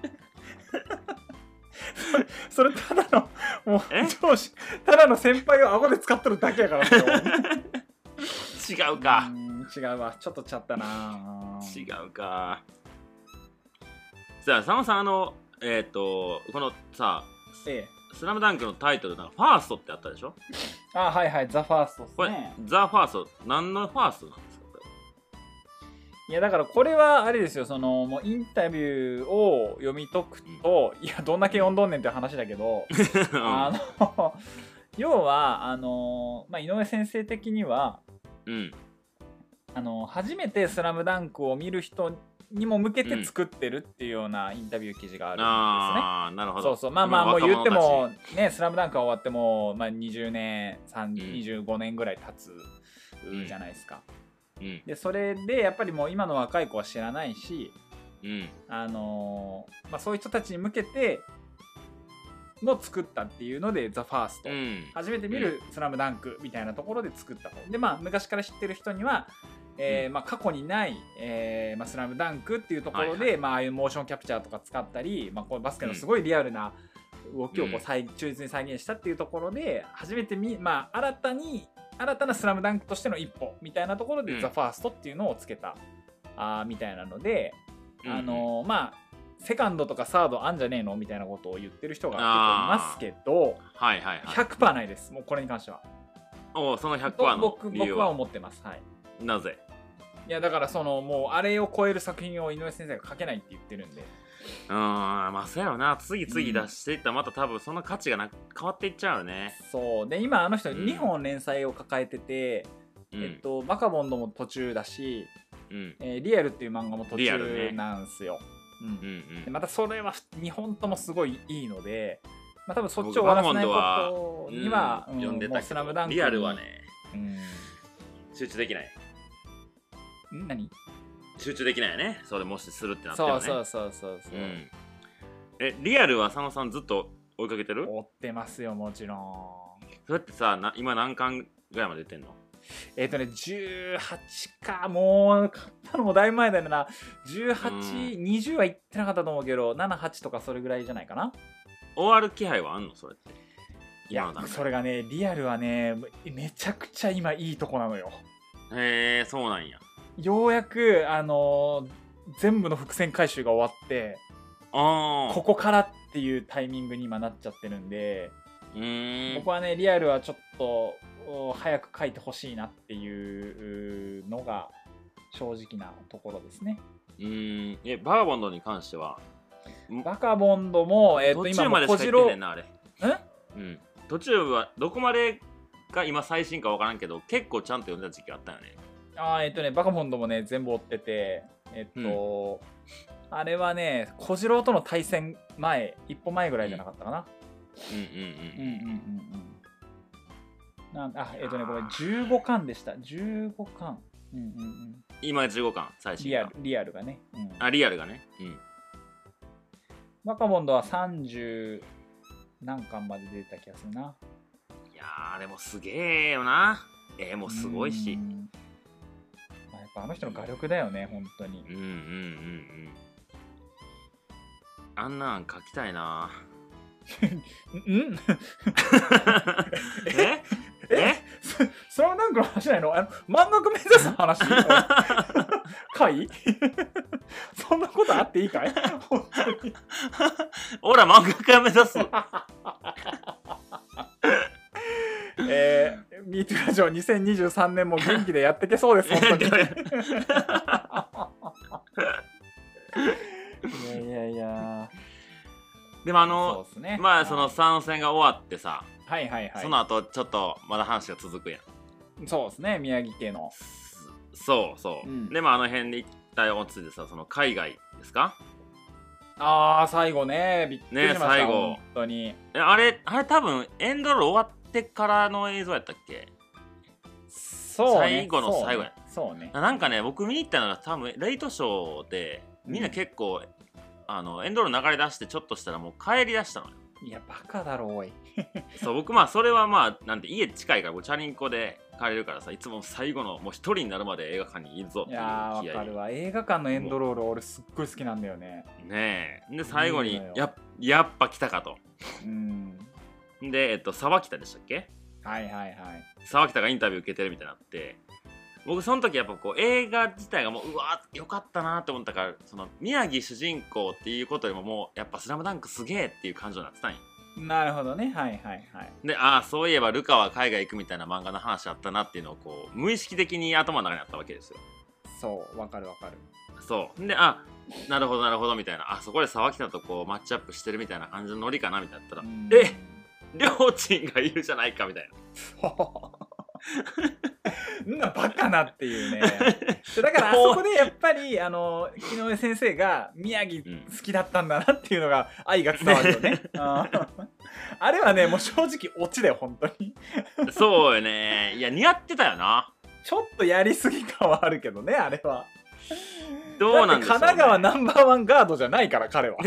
それただのもうえ上司ただの先輩を顎で使っとるだけやからね違うかう。ん違うわちょっとちゃったな。 違うか。さあ佐野さんあのえっ、ー、とこのさええスラムダンクのタイトルなんかファーストってあったでしょ。 あはいはいザ・ファーストっこれ、 すね。 ザ・ファースト何のファーストなんですかこれ。 いやだからこれはあれですよ、そのもうインタビューを読み解くと、いやどんだけ読んどんねんって話だけどあの要はあの、まあ、井上先生的には、 うん、 あの初めて「スラムダンクを見る人にも向けて作ってるっていうようなインタビュー記事があるんですね。 ああなるほど。 そうそうまあまあもう言ってもね「スラムダンクが終わっても、まあ、にじゅうねんさんじゅう、にじゅうごねんぐらい経つじゃないですか。 うん、 でそれでやっぱりもう今の若い子は知らないし、 うん、 あのーまあ、そういう人たちに向けても作ったっていうので「ザ・ファースト、 うん、 初めて見る「スラムダンクみたいなところで作ったと。でまあ昔から知ってる人には、えーうんまあ、過去にない「えーまあ、スラムダンクっていうところで、 はいはいまあ、ああいうモーションキャプチャーとか使ったり、まあ、こうバスケのすごいリアルな動きをこう再忠実に再現したっていうところで初めてみ、まあ、新たに新たなスラムダンクとしての一歩みたいなところで、 うんザ・ファーストっていうのをつけたあみたいなので、 うんあのー、まあセカンドとかサードあんじゃねえのみたいなことを言ってる人が結構いますけど、 はいはいはい、 ひゃくパーセント ないです。もうこれに関しては。 おその ひゃくパーセント の僕理由は僕は思ってます。はい。 なぜ。 いやだからそのもうあれを超える作品を井上先生が書けないって言ってるんで。 うーんまあそうやろな。次々出していったらまた多分その価値がな変わっていっちゃうよね。 そうで今あの人うんにほん連載を抱えてて、 うん、 えっとバカボンドも途中だし、 うんえーリアルっていう漫画も途リアルね中なんですよ。うんうんうんでまたそれはにほんともすごいいいので、まあ、多分そっちを終わらせないことには、 うん読んでたけどもうスラムダンクにリアルはね、 うん集中できない。 ん何集中できないよね。それもしするってなってもね。 そうそうそうそうそう、 うん、 えリアルは佐野さんずっと追いかけてる？ 追ってますよもちろん。 それってさな今何巻ぐらいまで出てんの？ えっ、ー、とねじゅうはちか、もう買ったのもだいぶ前だよな。じゅうはち、うん、にじゅうはいってなかったと思うけどなな、はちとかそれぐらいじゃないかな。 終わる気配はあんのそれって？ いやそれがねリアルはねめちゃくちゃ今いいとこなのよ。 へえそうなんや。 ようやくあのー、全部の伏線回収が終わってあここからっていうタイミングに今なっちゃってるんで、 うーん僕はねリアルはちょっと早く書いてほしいなっていうのが正直なところですね。 うーんえバーボンドに関してはバカボンドも、えー、と途中までしか言ってんねんなあれ。 ん、 うん、途中はどこまでが今最新か分からんけど結構ちゃんと読んでた時期あったよね。 あえっ、ー、とねバカボンドもね全部追っててえっ、ー、と、うん、あれはね小次郎との対戦前一歩前ぐらいじゃなかったかな。 うんうんうんうんうんうんなんあえっ、ー、とねこれじゅうごかんでした。じゅうごかん、うんうんうん、 今じゅうごかん最新リアルリアルがね、 うん、あリアルがね、うん、 バカボンドはさんじゅう何巻まで出てた気がするな。 いやーでもすげえよな。えー、もうすごいし、まあ、やっぱあの人の画力だよね本当に。 うんうんうんうんあんなん描きたいな。 んええスラムダンクの話ないの？あの漫画家目指す話かいそんなことあっていいかい本当にほら漫画家目指すえー、ミートラジオにせんにじゅうさんねんも元気でやってけそうです本当にいやいやいやでもあの、ね、まあその参戦が終わってさ、 はいはいはい、 その後ちょっとまだ話が続くやん。そうですね宮城家の。 そうそう、うん、でもあの辺で一体落ちてさその海外ですか？ ああ最後ねびっくりしましたね最後本当に。 あれあれ多分エンドロール終わってからの映像やったっけ？ そう、ね、 最後の最後やそうね。 なんかね僕見に行ったのが多分レイトショーでみんな結構、うん、あのエンドロール流れ出してちょっとしたらもう帰り出したのよ。 いやバカだろおいそう僕まあそれはまあなんて家近いからチャリンコで帰れるからさいつも最後のもう一人になるまで映画館にいるぞっていう気合い。いやーわかるわ映画館のエンドロール俺すっごい好きなんだよね。 ねえで最後にややっぱ来たかと。うんでえっと沢北でしたっけ？ はいはいはい。 沢北がインタビュー受けてるみたいになって僕その時やっぱこう映画自体がもううわよかったなって思ったからその宮城主人公っていうことよりももうやっぱスラムダンクすげえっていう感情になってたんよ。 なるほどねはいはいはい。 でああそういえばルカは海外行くみたいな漫画の話あったなっていうのをこう無意識的に頭の中にあったわけですよ。 そうわかるわかる。 そうであなるほどなるほどみたいなあそこで沢北とこうマッチアップしてるみたいな感じのノリかなみたいなったらえりょうちんがいるじゃないかみたいな。 んなバカなっていうねだからあそこでやっぱりあの井上先生が宮城好きだったんだなっていうのが愛が伝わるよね、うん、あ, あれはねもう正直オチだよ本当にそうよねいや似合ってたよな。 ちょっとやりすぎ感はあるけどねあれは。 どうなんでしょうね、 神奈川ナンバーワンガードじゃないから彼は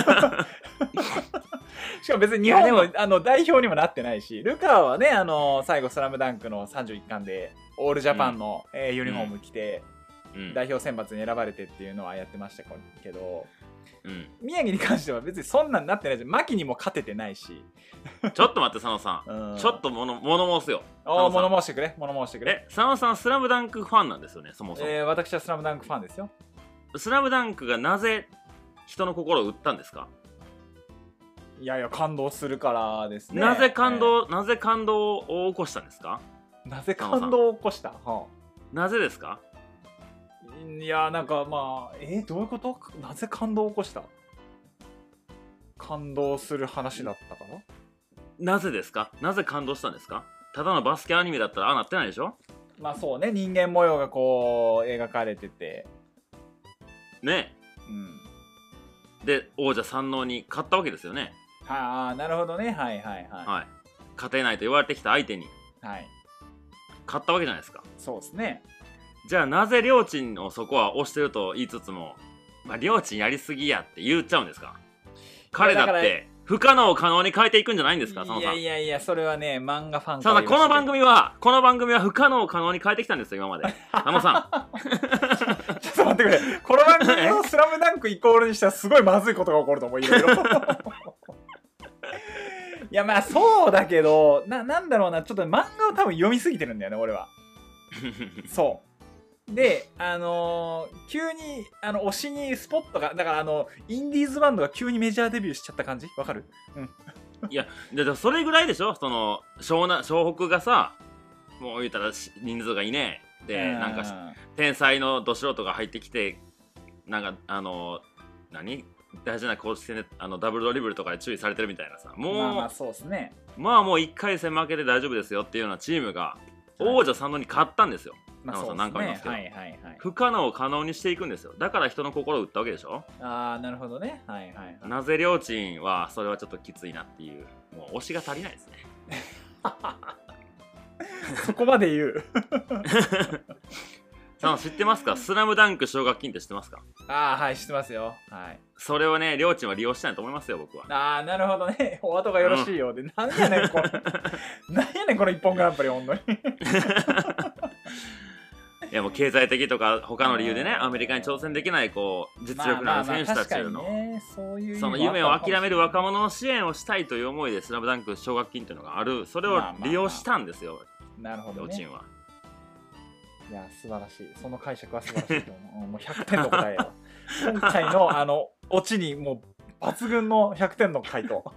しかも別に日本のあの代表にもなってないしルカはねあの最後スラムダンクのさんじゅういっかんでオールジャパンの、うんえー、ユニフォーム着て、うん、代表選抜に選ばれてっていうのはやってましたけど、うん、宮城に関しては別にそんなんなってないし牧にも勝ててないしちょっと待って佐野さん、うん、ちょっと物申すよ。 あ物申してくれ物申してくれ。 え佐野さんスラムダンクファンなんですよねそもそも。 えー、私はスラムダンクファンですよ。 スラムダンクがなぜ人の心を打ったんですか？ いやいや感動するからですね。 なぜ感動、えー、なぜ感動を起こしたんですか？ なぜ感動を起こした、はあ、 なぜですか？ いやなんかまあえー、どういうこと？なぜ感動を起こした？感動する話だったから？ なぜですか？なぜ感動したんですか？ただのバスケアニメだったらああなってないでしょ？ まあそうね人間模様がこう描かれててねえ、うん、で王者山王に勝ったわけですよね。 はあなるほどねはいはいはい、はい、 勝てないと言われてきた相手に、はい、勝ったわけじゃないですか。 そうですね。 じゃあなぜりょーちんをそこは押してると言いつつもまありょーちんやりすぎやって言っちゃうんですか？ 彼だって不可能を可能に変えていくんじゃないんですか、佐野さん。 いやいやいや、それはね、漫画ファン佐野さん、この番組はこの番組は不可能を可能に変えてきたんですよ今まで。佐野さんちょっと待ってくれ、この番組をスラムダンクイコールにしたらすごいまずいことが起こると思う、いろいろ。いやまあそうだけど な, なんだろうな、ちょっと漫画を多分読みすぎてるんだよね俺は。そうで、あのー、急にあの推しにスポットが、だからあのインディーズバンドが急にメジャーデビューしちゃった感じわかる？うん。 いやでそれぐらいでしょ、その湘南湘北がさ、もう言ったら人数がいねえで、なんか天才のど素人が入ってきて、なんかあの何大事な公式戦であのダブルドリブルとかで注意されてるみたいなさ、もうまあまあそうですね、 まあもういっかい戦負けで大丈夫ですよっていうようなチームが王者さんのに勝ったんですよ。 まあそうですね、 なんかありますけど、 はいはいはい、 不可能を可能にしていくんですよ。だから人の心を打ったわけでしょ。 ああなるほどね、はいはいはい。 なぜ両チームはそれはちょっときついなっていう、もう推しが足りないですね。 そこまで言う。 さあ知ってますか、スラムダンク奨学金って知ってますか？ ああはい知ってますよ、はい。 それをね両チームは利用したいと思いますよ僕は。 ああなるほどね、お後がよろしいようで、うん、なんやねんこれなんやねんこの一本グランプリほんとに。 いやもう経済的とか他の理由でねアメリカに挑戦できないこう実力のある選手たちのその夢を諦める若者の支援をしたいという思いでスラムダンク奨学金っていうのがある、それを利用したんですよ、 まあまあまあ、なるほど、ね、 両チームは。 いや素晴らしい、その解釈は素晴らしいと思う。もうひゃくてんの答えよ。今回のあのオチにもう抜群のひゃくてんの回答。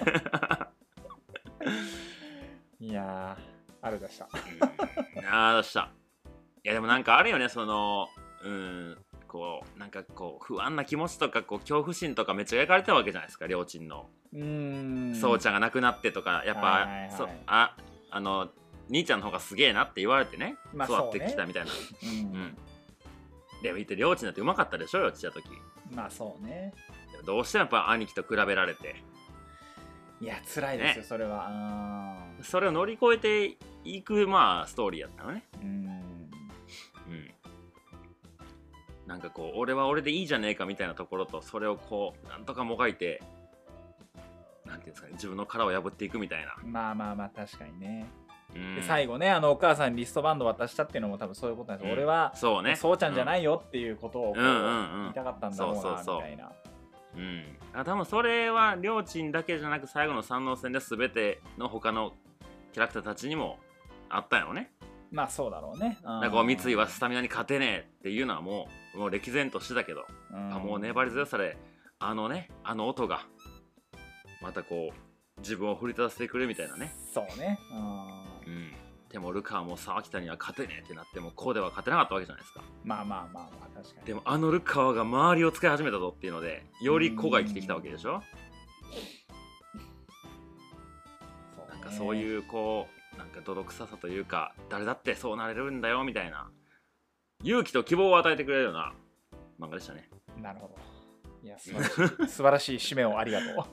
いやーあるでした。 ああした。いやでもなんかあるよね、そのうんこうなんかこう不安な気持ちとかこう恐怖心とかめっちゃ描かれたわけじゃないですか、両親の。うーん、そうちゃんが亡くなってとかやっぱ、はいはいはい、そああの兄ちゃんの方がすげえなって言われてね、まあ、育ってきたみたいな。う、ね、うん、うん、でも言って両親だってうまかったでしょよ、ちっちゃい時。 まあそうね。 でもどうしてもやっぱ兄貴と比べられて、 いや辛いですよ、ね、それは。あそれを乗り越えていくまあストーリーやったのね。うん、うん、なんかこう俺は俺でいいじゃねえかみたいなところと、それをこうなんとかもがいてなんていうんですかね、自分の殻を破っていくみたいな。 まあまあまあ確かにね。で最後ね、あのお母さんにリストバンド渡したっていうのも多分そういうことなんです、うん、俺はそうね、そうちゃんじゃないよっていうことを言いたかったんだろうなみたいな。 うん、あ多分それは両チームだけじゃなく最後の三能戦で全ての他のキャラクターたちにもあったよね。 まあそうだろうね。 なんか三井はスタミナに勝てねえっていうのはもうもう歴然としてたけど、うん、もう粘り強さであのねあの音がまたこう自分を奮い立たせてくれみたいなね。 そうね。 うん、でもルカはもう沢北には勝てねえってなってもこうでは勝てなかったわけじゃないですか。 まあまあまあまあ確かに。 でもあのルカワが周りを使い始めたぞっていうのでより子が生きてきたわけでしょ。そう、ね、なんかそういうこうなんか泥臭さというか誰だってそうなれるんだよみたいな勇気と希望を与えてくれるような漫画でしたね。 なるほど。いや素晴らしい素晴らしい締めをありがとう。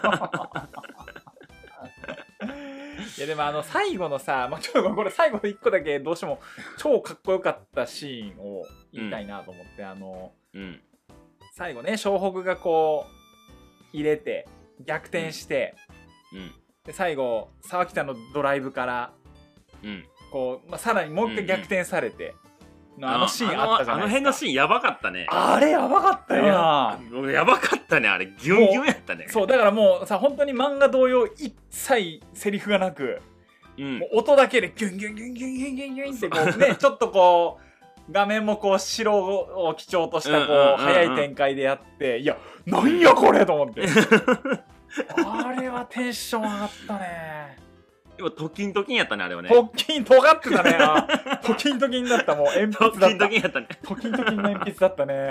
いやでもあの最後のさ、まあ、ちょっとこれ最後のいっこだけどうしても超かっこよかったシーンを言いたいなと思って、うん、あの、うん、最後ね湘北がこう入れて逆転して、うん、で最後沢北のドライブから、うん、こう、まあ、さらにもう一回逆転されて、うんうん、のあのシーンあったじゃないですか。 あ, あの辺のシーンやばかったね。 あれやばかったよな。 やばかったね、あれギュンギュンやったね。 そうだからもうさ本当に漫画同様一切セリフがなく、うん、もう音だけでギュンギュンギュンギュンギュンギュンギュンってこうねちょっとこう画面もこう白を基調としたこう早い展開でやって、いやなんやこれと思ってあれはテンション上がったね。 今トキントキンやったねあれはね。 トキン尖ってたね。トキントキンだった、もう鉛筆だった。トキントキンやったね。トキントキンの鉛筆だったね。うん。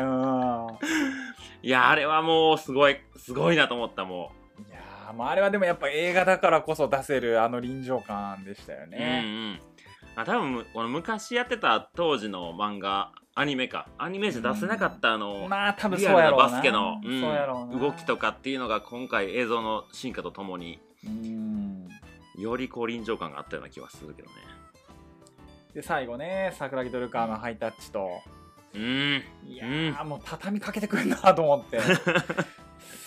いやあれはもうすごいすごいなと思った。もういやもうあれはでもやっぱ映画だからこそ出せるあの臨場感でしたよね。うんうん。 あ多分この昔やってた当時の漫画アニメかアニメじゃ出せなかったあの、 うん、まあ多分そうやろうなバスケの、うん、そうやろうな動きとかっていうのが今回映像の進化とともに、うんよりこう臨場感があったような気はするけどね。 で最後ね桜木とルカのハイタッチと、うん、いやー、うん、もう畳みかけてくるなと思って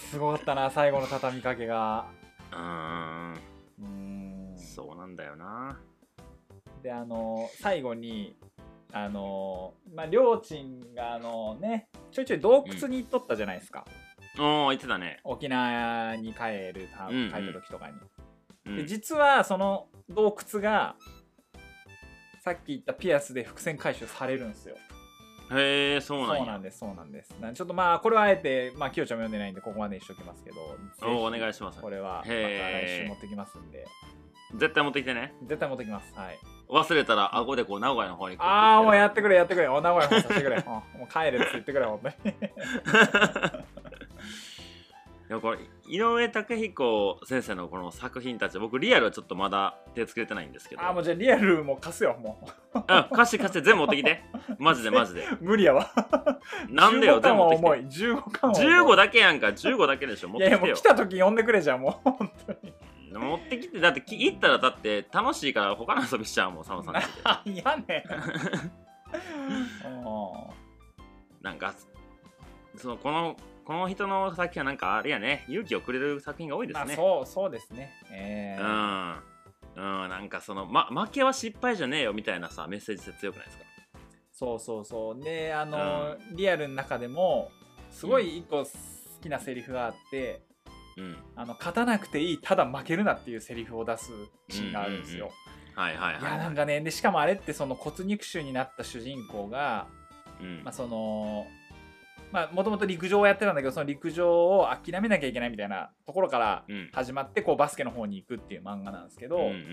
すごかったな最後の畳みかけが。 うーんうーんそうなんだよな。 であの最後にあのまありょーちんがあのねちょいちょい洞窟に行っとったじゃないですか、 うん、おお言ってたね。 沖縄に帰るた、 うんうん、 帰った時とかに、 うん、 で実はその洞窟がさっき言ったピアスで伏線回収されるんですよ。 へえ、そうなんや。 そうなんですそうなんです。なんちょっとまあこれはあえてまあきよちゃんも読んでないんでここまでにしときますけど、 おお願いします。 これはまた来週持ってきますんで。 絶対持ってきてね。 絶対持ってきます。はい。 忘れたら顎でこう名古屋の方に。 ああもうやってくれやってくれ。お名古屋の方させてくれ。もう帰れって言ってくれ本当に。 いやこれ井上武彦先生のこの作品たち、僕リアルはちょっとまだ手つけれてないんですけど。 ああもうじゃあリアルも貸すよもう。 あ貸して貸して全部持ってきて。マジでマジで。 無理やわ。 なんでよ全部持ってきて。 じゅうごかんは重い。 じゅうごだけやんか。じゅうごだけでしょ。持ってきてよ。 いやいやもう来た時呼んでくれじゃんもう本当に。 持ってきてだって行ったらだって楽しいから他の遊びしちゃうもん佐野さんって。 いやねなんかそのこのこの人の作品はなんかあれやね勇気をくれる作品が多いですね。 まあ、そうそうですね。えー、うん、うん、なんかその、ま、負けは失敗じゃねえよみたいなさメッセージ性強くないですか。 そうそうそうであの、うん、リアルの中でもすごい一個好きなセリフがあって。うん、あの勝たなくていいただ負けるなっていうセリフを出すシーンがあるんですよ。 はいはいはい。いやなんかねでしかもあれってその骨肉腫になった主人公が、うんまあ、そのまあもともと陸上をやってたんだけどその陸上を諦めなきゃいけないみたいなところから始まってこうバスケの方に行くっていう漫画なんですけど、うんうんうんうん、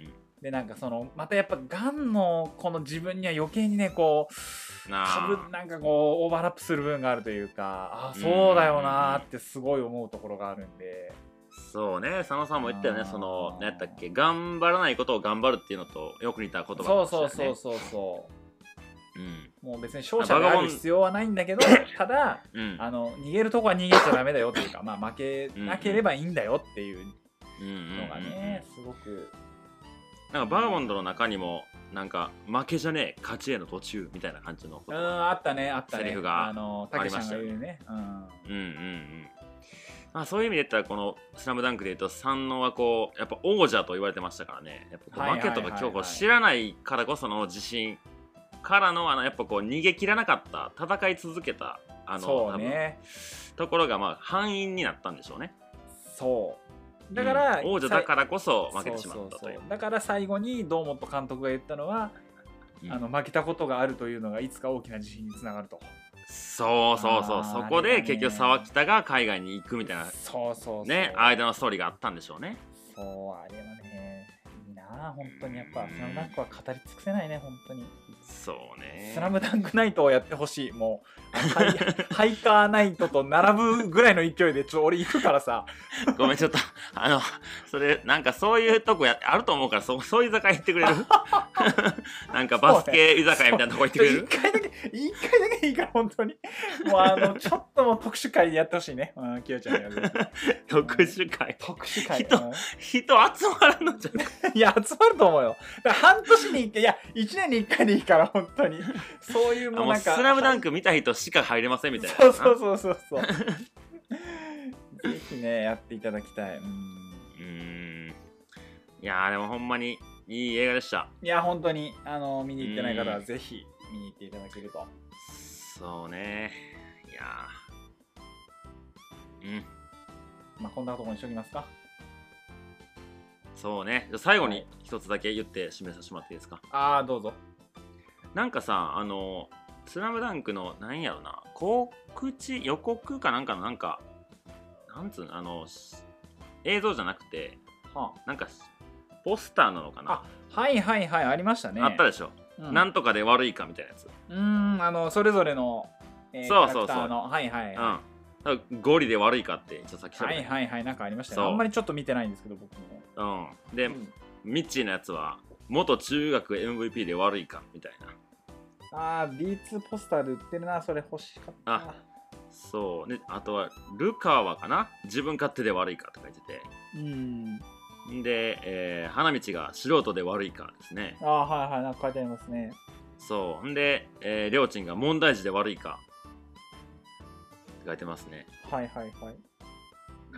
でなんかそのまたやっぱがんのこの自分には余計にねこうかぶなんかこうオーバーラップする部分があるというかあそうだよなってすごい思うところがあるんで。 そうね佐野さんも言ったよねその何やったっけ頑張らないことを頑張るっていうのとよく似た言葉でしたよね。 そうそうそうそうそう、うん、もう別に勝者である必要はないんだけどただ、うん、あの逃げるとこは逃げちゃダメだよっていうか、まあ、負けなければいいんだよっていうのがねすごくなんかバーモンドの中にもなんか負けじゃねえ勝ちへの途中みたいな感じのうんあったねあったねセリフがあのたけしさんが言うねうんうんうんうんまあそういう意味で言ったらこの「スラムダンクで言うと三能はこうやっぱ王者と言われてましたからねやっぱ負けとか今日知らないからこその自信からのあのやっぱこう逃げ切らなかった戦い続けたあのそうねところがまあ敗因になったんでしょうね。 そうだから、 うん、王者だからこそ負けてしまったという。 そうそうそうだから最後に堂本監督が言ったのは、うん、あの負けたことがあるというのがいつか大きな自信につながると。 そうそうそうそこで結局沢北が海外に行くみたいなそうそうそうね間のストーリーがあったんでしょうね。 そうあれはねいいな本当にやっぱスラムダンクは語り尽くせないね本当に。 そうねスラムダンクナイトをやってほしいもうハイ, ハイカーナイトと並ぶぐらいの勢いでちょ俺行くからさごめんちょっとあのそれなんかそういうとこやあると思うから そ, そういう居酒屋行ってくれるなんかバスケ居酒屋みたいなとこ行ってくれる一回だけ一回だけいいから本当にもうあのちょっともう特殊会でやってほしいねうんきよちゃんには特殊会特殊会人、うん、人集まらんのじゃいや集まると思うよだから半年にいっかいいやいちねんにいっかいでいいから本当にそういうもうなんかスラムダンク見た人しか入れませんみたいなそうそうそうそうそうぜひねやっていただきたいうんうんいやーでもほんまにいい映画でした。 いや本当にあの見に行ってない方はぜひ見に行っていただけると。 そうねいやうんまあこんなところにしときますか。 そうね最後に一つだけ言って締めさせてもらっていいですか。 ああどうぞ。 なんかさあのスラムダンクのなんやろな告知予告かなんかのなんかなんつうのあの映像じゃなくて、はあ、なんかポスターなのかな。 あはいはいはいありましたね。 あったでしょ、うん、なんとかで悪いかみたいなやつ。 うーんあのそれぞれの、えー、そうそうそうキャラクターのはいはい、はいうん、ゴリで悪いかってちょっとさっきはいはいはいなんかありましたね。あんまりちょっと見てないんですけど僕も。うんで、うん、ミッチーのやつは元中学 エムブイピー で悪いかみたいな。 ああ ビーツー ポスターで売ってるなそれ欲しかった。 あそうねあとはルカワかな自分勝手で悪いかって書いててうんで、えー、花道が素人で悪いかですね。 ああはいはいなんか書いてありますね。 そうんで、えー、りょーちんが問題児で悪いかって書いてますね。 はいはいはい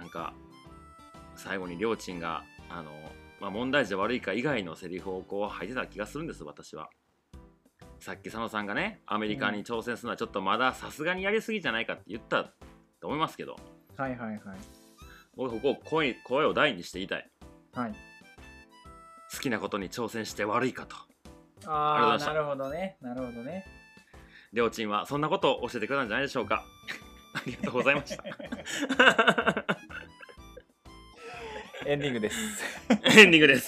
なんか最後にりょーちんがあの、まあ、問題児悪いか以外のセリフをこう吐いてた気がするんです。私はさっき佐野さんがねアメリカに挑戦するのはちょっとまださすがにやりすぎじゃないかって言ったと思いますけど、 はいはいはい。 僕ここを 声, 声を大にして言いたい。 はい。 好きなことに挑戦して悪いかと。 ああ、なるほどね。なるほどね。 りょーちんはそんなことを教えてくれたんじゃないでしょうか。ありがとうございました。 エンディングです。 エンディングです。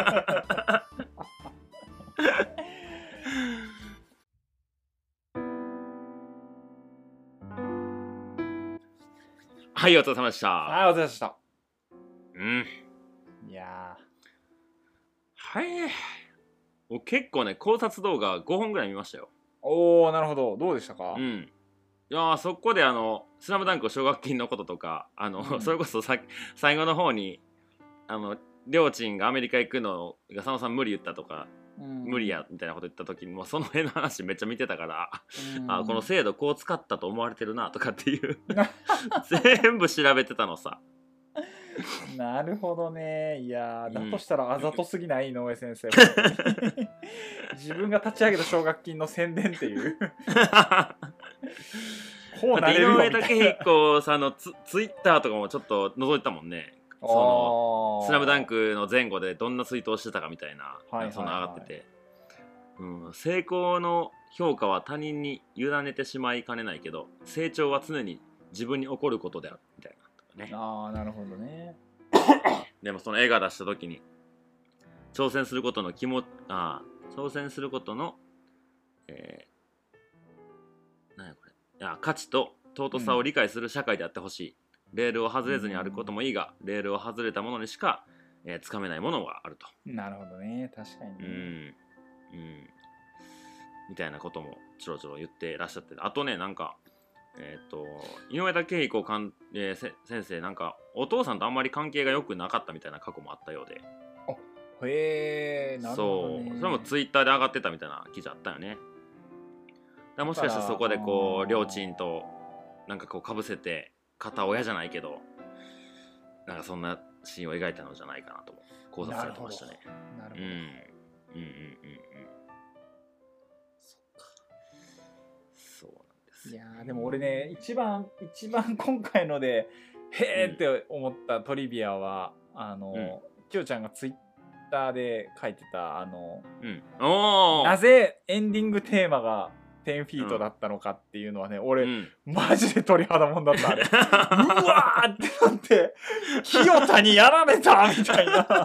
はい、お疲れ様でした。 はい、お疲れ様でした。 うん。 いやはい。結構ね、考察動画ごほんぐらい見ましたよ。 おー、なるほど。どうでしたか？ うん。いやそこであの「スラムダンク奨学金のこととかあの、うん、それこそさ最後の方にあのりょーちんがアメリカ行くのが佐野さん無理言ったとか、うん、無理やみたいなこと言った時にもその辺の話めっちゃ見てたから、うん、あこの制度こう使ったと思われてるなとかっていう全部調べてたのさ。 なるほどね。いやだとしたらあざとすぎない、井上先生。自分が立ち上げた奨学金の宣伝っていうこうなれるよみたいな。井上武彦さんの ツ, ツイッターとかもちょっと覗いてたもんね。そのスラムダンクの前後でどんなツイートをしてたかみたいな、はいはいはい、その上がってて、うん、成功の評価は他人に委ねてしまいかねないけど成長は常に自分に起こることであるみたいなとかね。 ああなるほどね。 でもその映画出した時に挑戦することの気もあ挑戦することの、えー、何やこれいや価値と尊さを理解する社会であってほしい、うん、レールを外れずに歩くこともいいが、うん、レールを外れたものにしか、えー、つかめないものがあると。 なるほどね、確かにね。 うん、うん、みたいなこともちょろちょろ言ってらっしゃって、あとねなんかえっ、ー、と井上武彦かん、えー、先生なんかお父さんとあんまり関係が良くなかったみたいな過去もあったようで。 あへえ、なるほどね。 そうそれもツイッターで上がってたみたいな記事あったよね。だもしかしてそこでこうりょーちんとなんかこうかぶせて片親じゃないけどなんかそんなシーンを描いたのじゃないかなと考察されてましたね。 なるほど。うんうんうんうんうんそっか。 そうなんです。 いやでも俺ね一番一番今回のでへーって思ったトリビアは、うん、あの、うん、きよちゃんがツイッターで書いてたあの、 うん、おなぜエンディングテーマがじゅうフィートだったのかっていうのはね、うん、俺、うん、マジで鳥肌もんだったあれ。うわーってなって清田にやられたみたいな。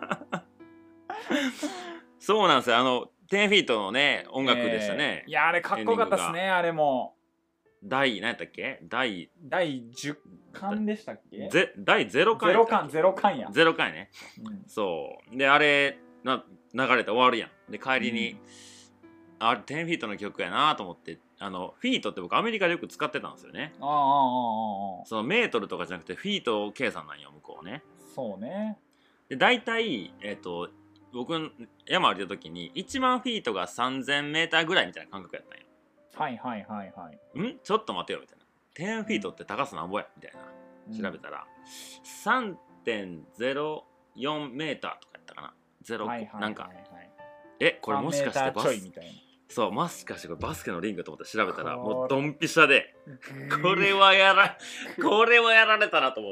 そうなんですよ。あのじゅうフィートのね音楽でしたね、 えー、いやあれかっこよかったっすね。あれも第何やったっけ第第じゅっかんでしたっけ。 ぜ第ゼロかんゼロかんゼロかんやゼロかんね、うん、そうであれな流れて終わるやん。で帰りに、うん、あれじゅうフィートの曲やなと思ってあのフィートって僕アメリカでよく使ってたんですよね。 ああああああそのメートルとかじゃなくてフィート計算なんよ向こうね。 そうね。 で大体えっ、ー、と僕山歩いた時にいちまんフィートがさんぜんメーターぐらいみたいな感覚やったんよ。 はいはいはいはい。 んちょっと待てよみたいな。じゅうフィートって高さなんぼやみたいな調べたら、うん、さんてんゼロよんメーターとかやったかな。ゼロ、はいはいはいはい、なんかえこれもしかしてバスそうもしかしてこれバスケのリングと思って調べたらもうドンピシャでこれはやらこれはやられたなと思った。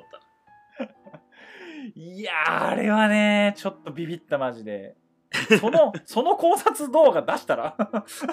いやーあれはねちょっとビビったマジで。そのその考察動画出したら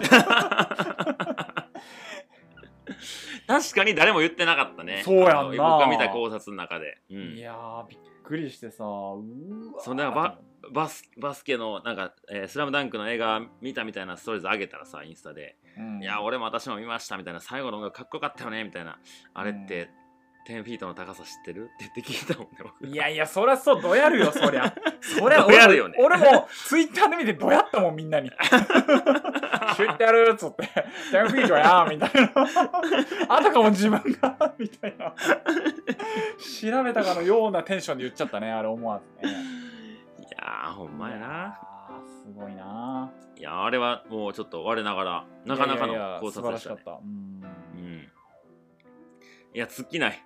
確かに誰も言ってなかったね。 そうやんな。 僕が見た考察の中で、 うん、いやーびっくりしてさうわそんなババスバスケのなんか、えー、スラムダンクの映画見たみたいなストーリーズ上げたらさインスタで、うん、いや俺も私も見ましたみたいな最後の音楽かっこよかったよねみたいなあれって、うんじゅうフィートの高さ知ってるって言って聞いたもんね僕。 いやいやそりゃそうどやるよそりゃそりゃどやるよね。俺もツイッターで見てどやったもんみんなに知ってやるっつってじゅうフィートやみたいなあたかも自分がみたいな調べたかのようなテンションで言っちゃったねあれ思わずね。 いやーほんまやな。 すごいな。 いやあれはもうちょっと我ながらなかなかの考察でしたね。 いやいやいや素晴らしかった。うん、 うん、いや尽きない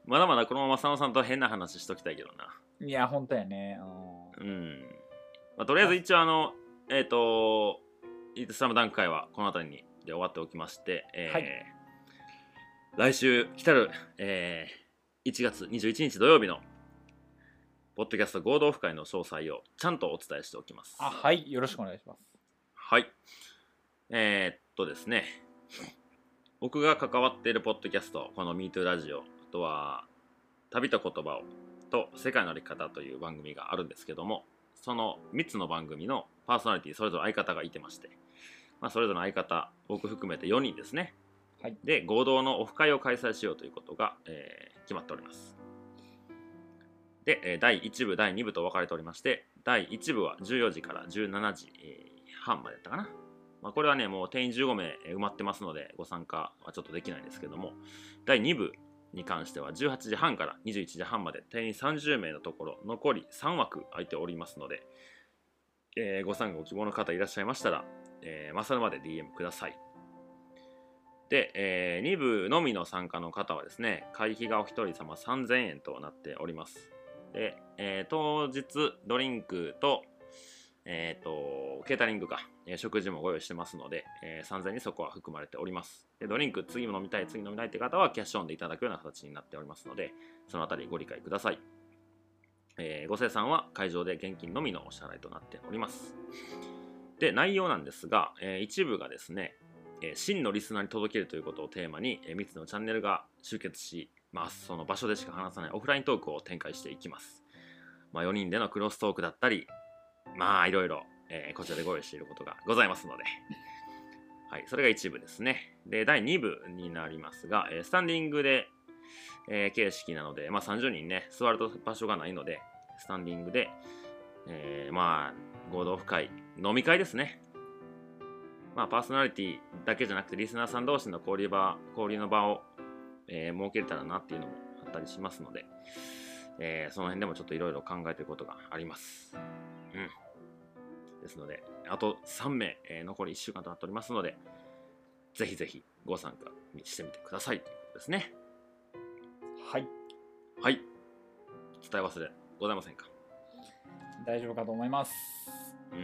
まだまだこのまま佐野さんと変な話しときたいけどな。 いやほんとやね。 うん、まあ、とりあえず一応あのえっ、ー、とイートスラムダンク会はこの辺りにで終わっておきまして、えーはい、来週来たる、えー、いちがつにじゅういちにち土曜日のポッドキャスト合同オフ会の詳細をちゃんとお伝えしておきます。 あ、はい、よろしくお願いします。 はい。えー、っとですね、僕が関わっているポッドキャスト、この MeToo ラジオ、あとは旅と言葉をと世界の歩き方という番組があるんですけども、そのみっつの番組のパーソナリティそれぞれ相方がいてまして、まあ、それぞれの相方僕含めてよにんですね、はい、で合同のオフ会を開催しようということが、えー、決まっております。でだいいち部だいに部と分かれておりまして、だいいち部はじゅうよじからじゅうしちじはんまでやったかな。まあ、これはねもう定員じゅうごめい埋まってますのでご参加はちょっとできないんですけども、だいに部に関してはじゅうはちじはんからにじゅういちじはんまで定員さんじゅうめいのところ残りさんわく空いておりますので、えー、ご参加ご希望の方いらっしゃいましたら、えー、まさるまで ディーエム ください。で、えー、に部のみの参加の方はですね、会費がお一人様さんぜんえんとなっております。で、えー、当日ドリンクとえーと、ケータリングか、えー、食事もご用意してますので、えー、さんぜんえんにそこは含まれております。で、ドリンク次も飲みたい、次飲みたいって方はキャッシュオンでいただくような形になっておりますので、そのあたりご理解ください。えー、ご生産は会場で現金のみのお支払いとなっております。で、内容なんですが、えー、一部がですね、えー、真のリスナーに届けるということをテーマに、えー、みっつのチャンネルが集結します。その場所でしか話さないオフライントークを展開していきます。まあ、よにんでのクロストークだったり、まあいろいろ、えー、こちらでご用意していることがございますので、はい、それが一部ですね。で、だいに部になりますが、えー、スタンディングで、えー、形式なので、まあさんじゅうにんね、座る場所がないので、スタンディングで、えー、まあ合同オフ会、飲み会ですね。まあパーソナリティだけじゃなくて、リスナーさん同士の交流場、交流の場を、えー、設けれたらなっていうのもあったりしますので、えー、その辺でもちょっといろいろ考えていることがあります。うん。ですので、あとさんめい、えー、残りいっしゅうかんとなっておりますので、ぜひぜひご参加してみてくださいということですね。 はい。 はい。伝え忘れございませんか？ 大丈夫かと思います。 うん。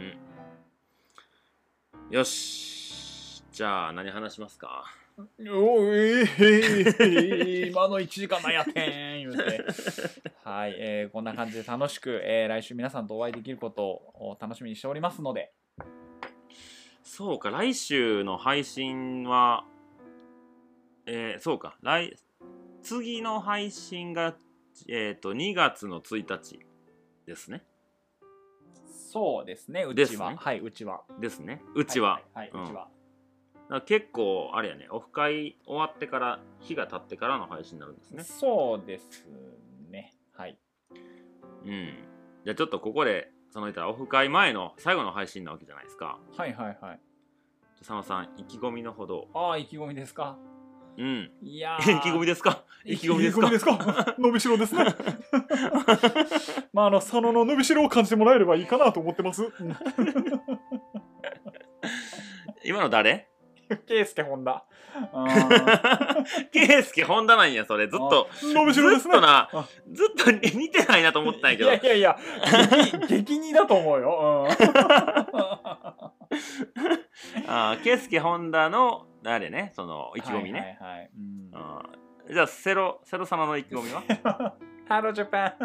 よし。じゃあ何話しますか？ おえー、今のいちじかんなんやってん言うてはい、えー、こんな感じで楽しく、えー、来週皆さんとお会いできることを楽しみにしておりますので。 そうか、来週の配信はえー、そうか来次の配信が、えー、とにがつのついたちですね。 そうですね、うちは、ね、はい、うちはですね、うちは、 はい、はい、はい、うちは、 だ結構あれやね、オフ会終わってから日が経ってからの配信になるんですね。 そうですね、はい。 うん。じゃあちょっとここでその言ったらオフ会前の最後の配信なわけじゃないですか。 はいはいはい。 佐野さん、意気込みのほど。 ああ、意気込みですか。 うん。 いや意気込みですか。意気込みですか。 ですか。伸びしろですね。まああの佐野の伸びしろを感じてもらえればいいかなと思ってます。 今の誰？ ケイスケホンダ。 ケイスケホンダなんや、それずっと伸びしろですね。 ずっとな、ずっと似てないなと思ったんやけど。 いやいやいや、激似だと思うよ。 あ、ケイスケホンダのあれね、その意気込みね。はいはいはい、うん、じゃあセロセロ様の意気込みは？ ハロージャパン。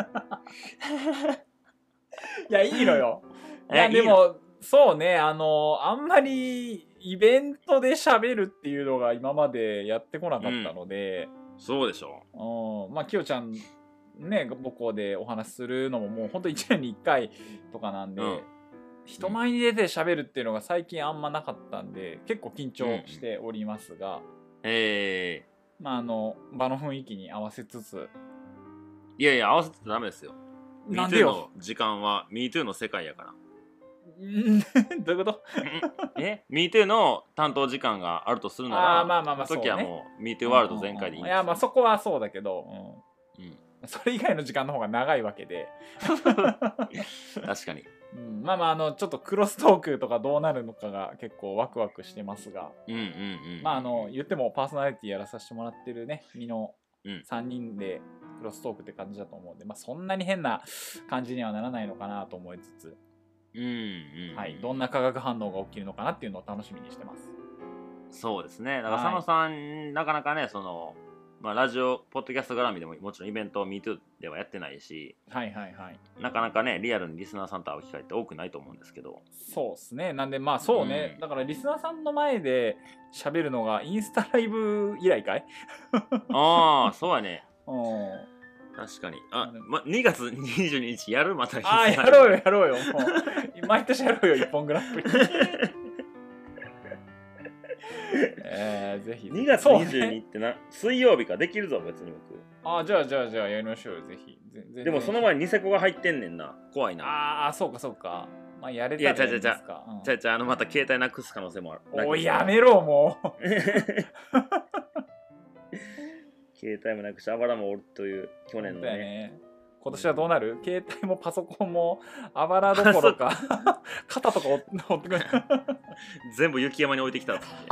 いやいいのよ。いやでもそうね、あのあんまりイベントで喋るっていうのが今までやってこなかったので、 うん、そうでしょう。うん、まあきよちゃんね母校でお話しするのももうほんといちねんにいっかいとかなんで、うん、人前に出て喋るっていうのが最近あんまなかったんで結構緊張しておりますが、うん、 えー、まああの場の雰囲気に合わせつつ、 いやいや合わせてダメですよ。 なんでよ。 MeToo の時間は MeToo の世界やから。 どういうこと？ え MeToo の担当時間があるとするなら、 あまあまあまあその時はもう MeToo ワールド全開でいいんですよ。 いやまあそこはそうだけど、うんうん、それ以外の時間の方が長いわけで確かに、 うん、まあまああのちょっとクロストークとかどうなるのかが結構ワクワクしてますが、 うんうんうん、 まああの言ってもパーソナリティやらさせてもらってるねみのさんにんでクロストークって感じだと思うんで、まあ、そんなに変な感じにはならないのかなと思いつつ、 うんうん、 はい、どんな化学反応が起きるのかなっていうのを楽しみにしてます。 そうですね。だから佐野さん、はい、なかなかねその、まあ、ラジオポッドキャスト絡みでももちろんイベントを ミートゥー ではやってないし、 はいはいはい、 なかなかねリアルにリスナーさんと会う機会って多くないと思うんですけど。 そうですね。なんでまあそうね、うん、だからリスナーさんの前で喋るのがインスタライブ以来かいああそうやね。 うん確かに。あ、ま、にがつにじゅうににちやるまた。 ああ、やろうよ、やろうよ。もう毎年やろうよ、一本グランプリ。えー、ぜひ。 にがつにじゅうににちってな、ね、水曜日かできるぞ、別に僕。 ああ、じゃあじゃあじゃあやりましょうよ、ぜひ。 でもその前にニセコが入ってんねんな。怖いな。 ああ、そうかそうか。まあやれたらいいですか。いや、ちゃちゃちゃ。 うん、ちゃちゃ、あの、また携帯なくす可能性もある。 おい、やめろ、もう。 携帯もなくし、あばらもおるという去年の ね, ね今年はどうなる、うん、携帯もパソコンもあばらどころか肩とか折ってくる全部雪山に置いてきた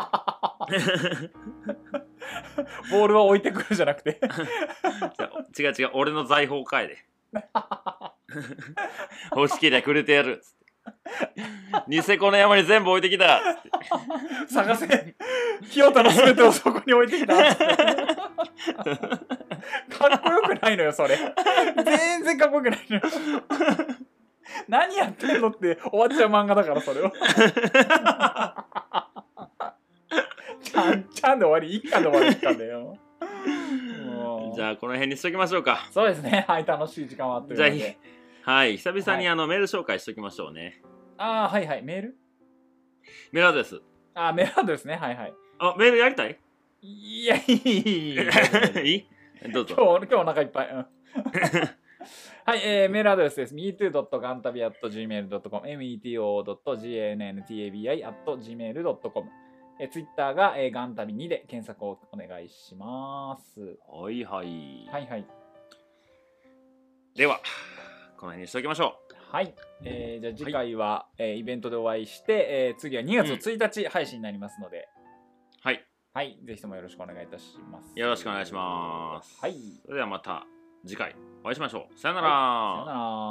ボールは置いてくるじゃなくて違う違う俺の財宝かえで欲しけりゃくれてやるっつってニセコの山に全部置いてきたっつって探せ清田のすべてをそこに置いてきたっつってかっこよくないのよそれ全然かっこよくないのよ何やってんのって終わっちゃう漫画だからそれをちゃんちゃんで終わり一巻で終わりったんだよじゃあこの辺にしときましょうか。 そうですね、はい、楽しい時間はあっという間で。 じゃあはい久々にあの、はい、メール紹介しときましょうね。 ああはいはい、メールメールアドレス。あメールアドレスね、はいはい。 あメールやりたい？ いやいいいいどうぞ。 今日今日お腹いっぱい、うん、はい、えー、メールアドレスです。ミートゥードットガンタビアットジーメールドットコム メートゥードットガンタビアットジーメールドットコム えー、ツイッターが、えー、ガンタビにで検索をお願いします。 はいはいはいはい。 ではこの辺にしておきましょう。 はい、えー、じゃあ次回は、はい、えー、イベントでお会いして、えー、次はにがつついたち配信になりますので、 うん、はいはい、ぜひともよろしくお願いいたします。 よろしくお願いします。 はい。 それではまた次回お会いしましょう。さよなら。 はい、さよなら。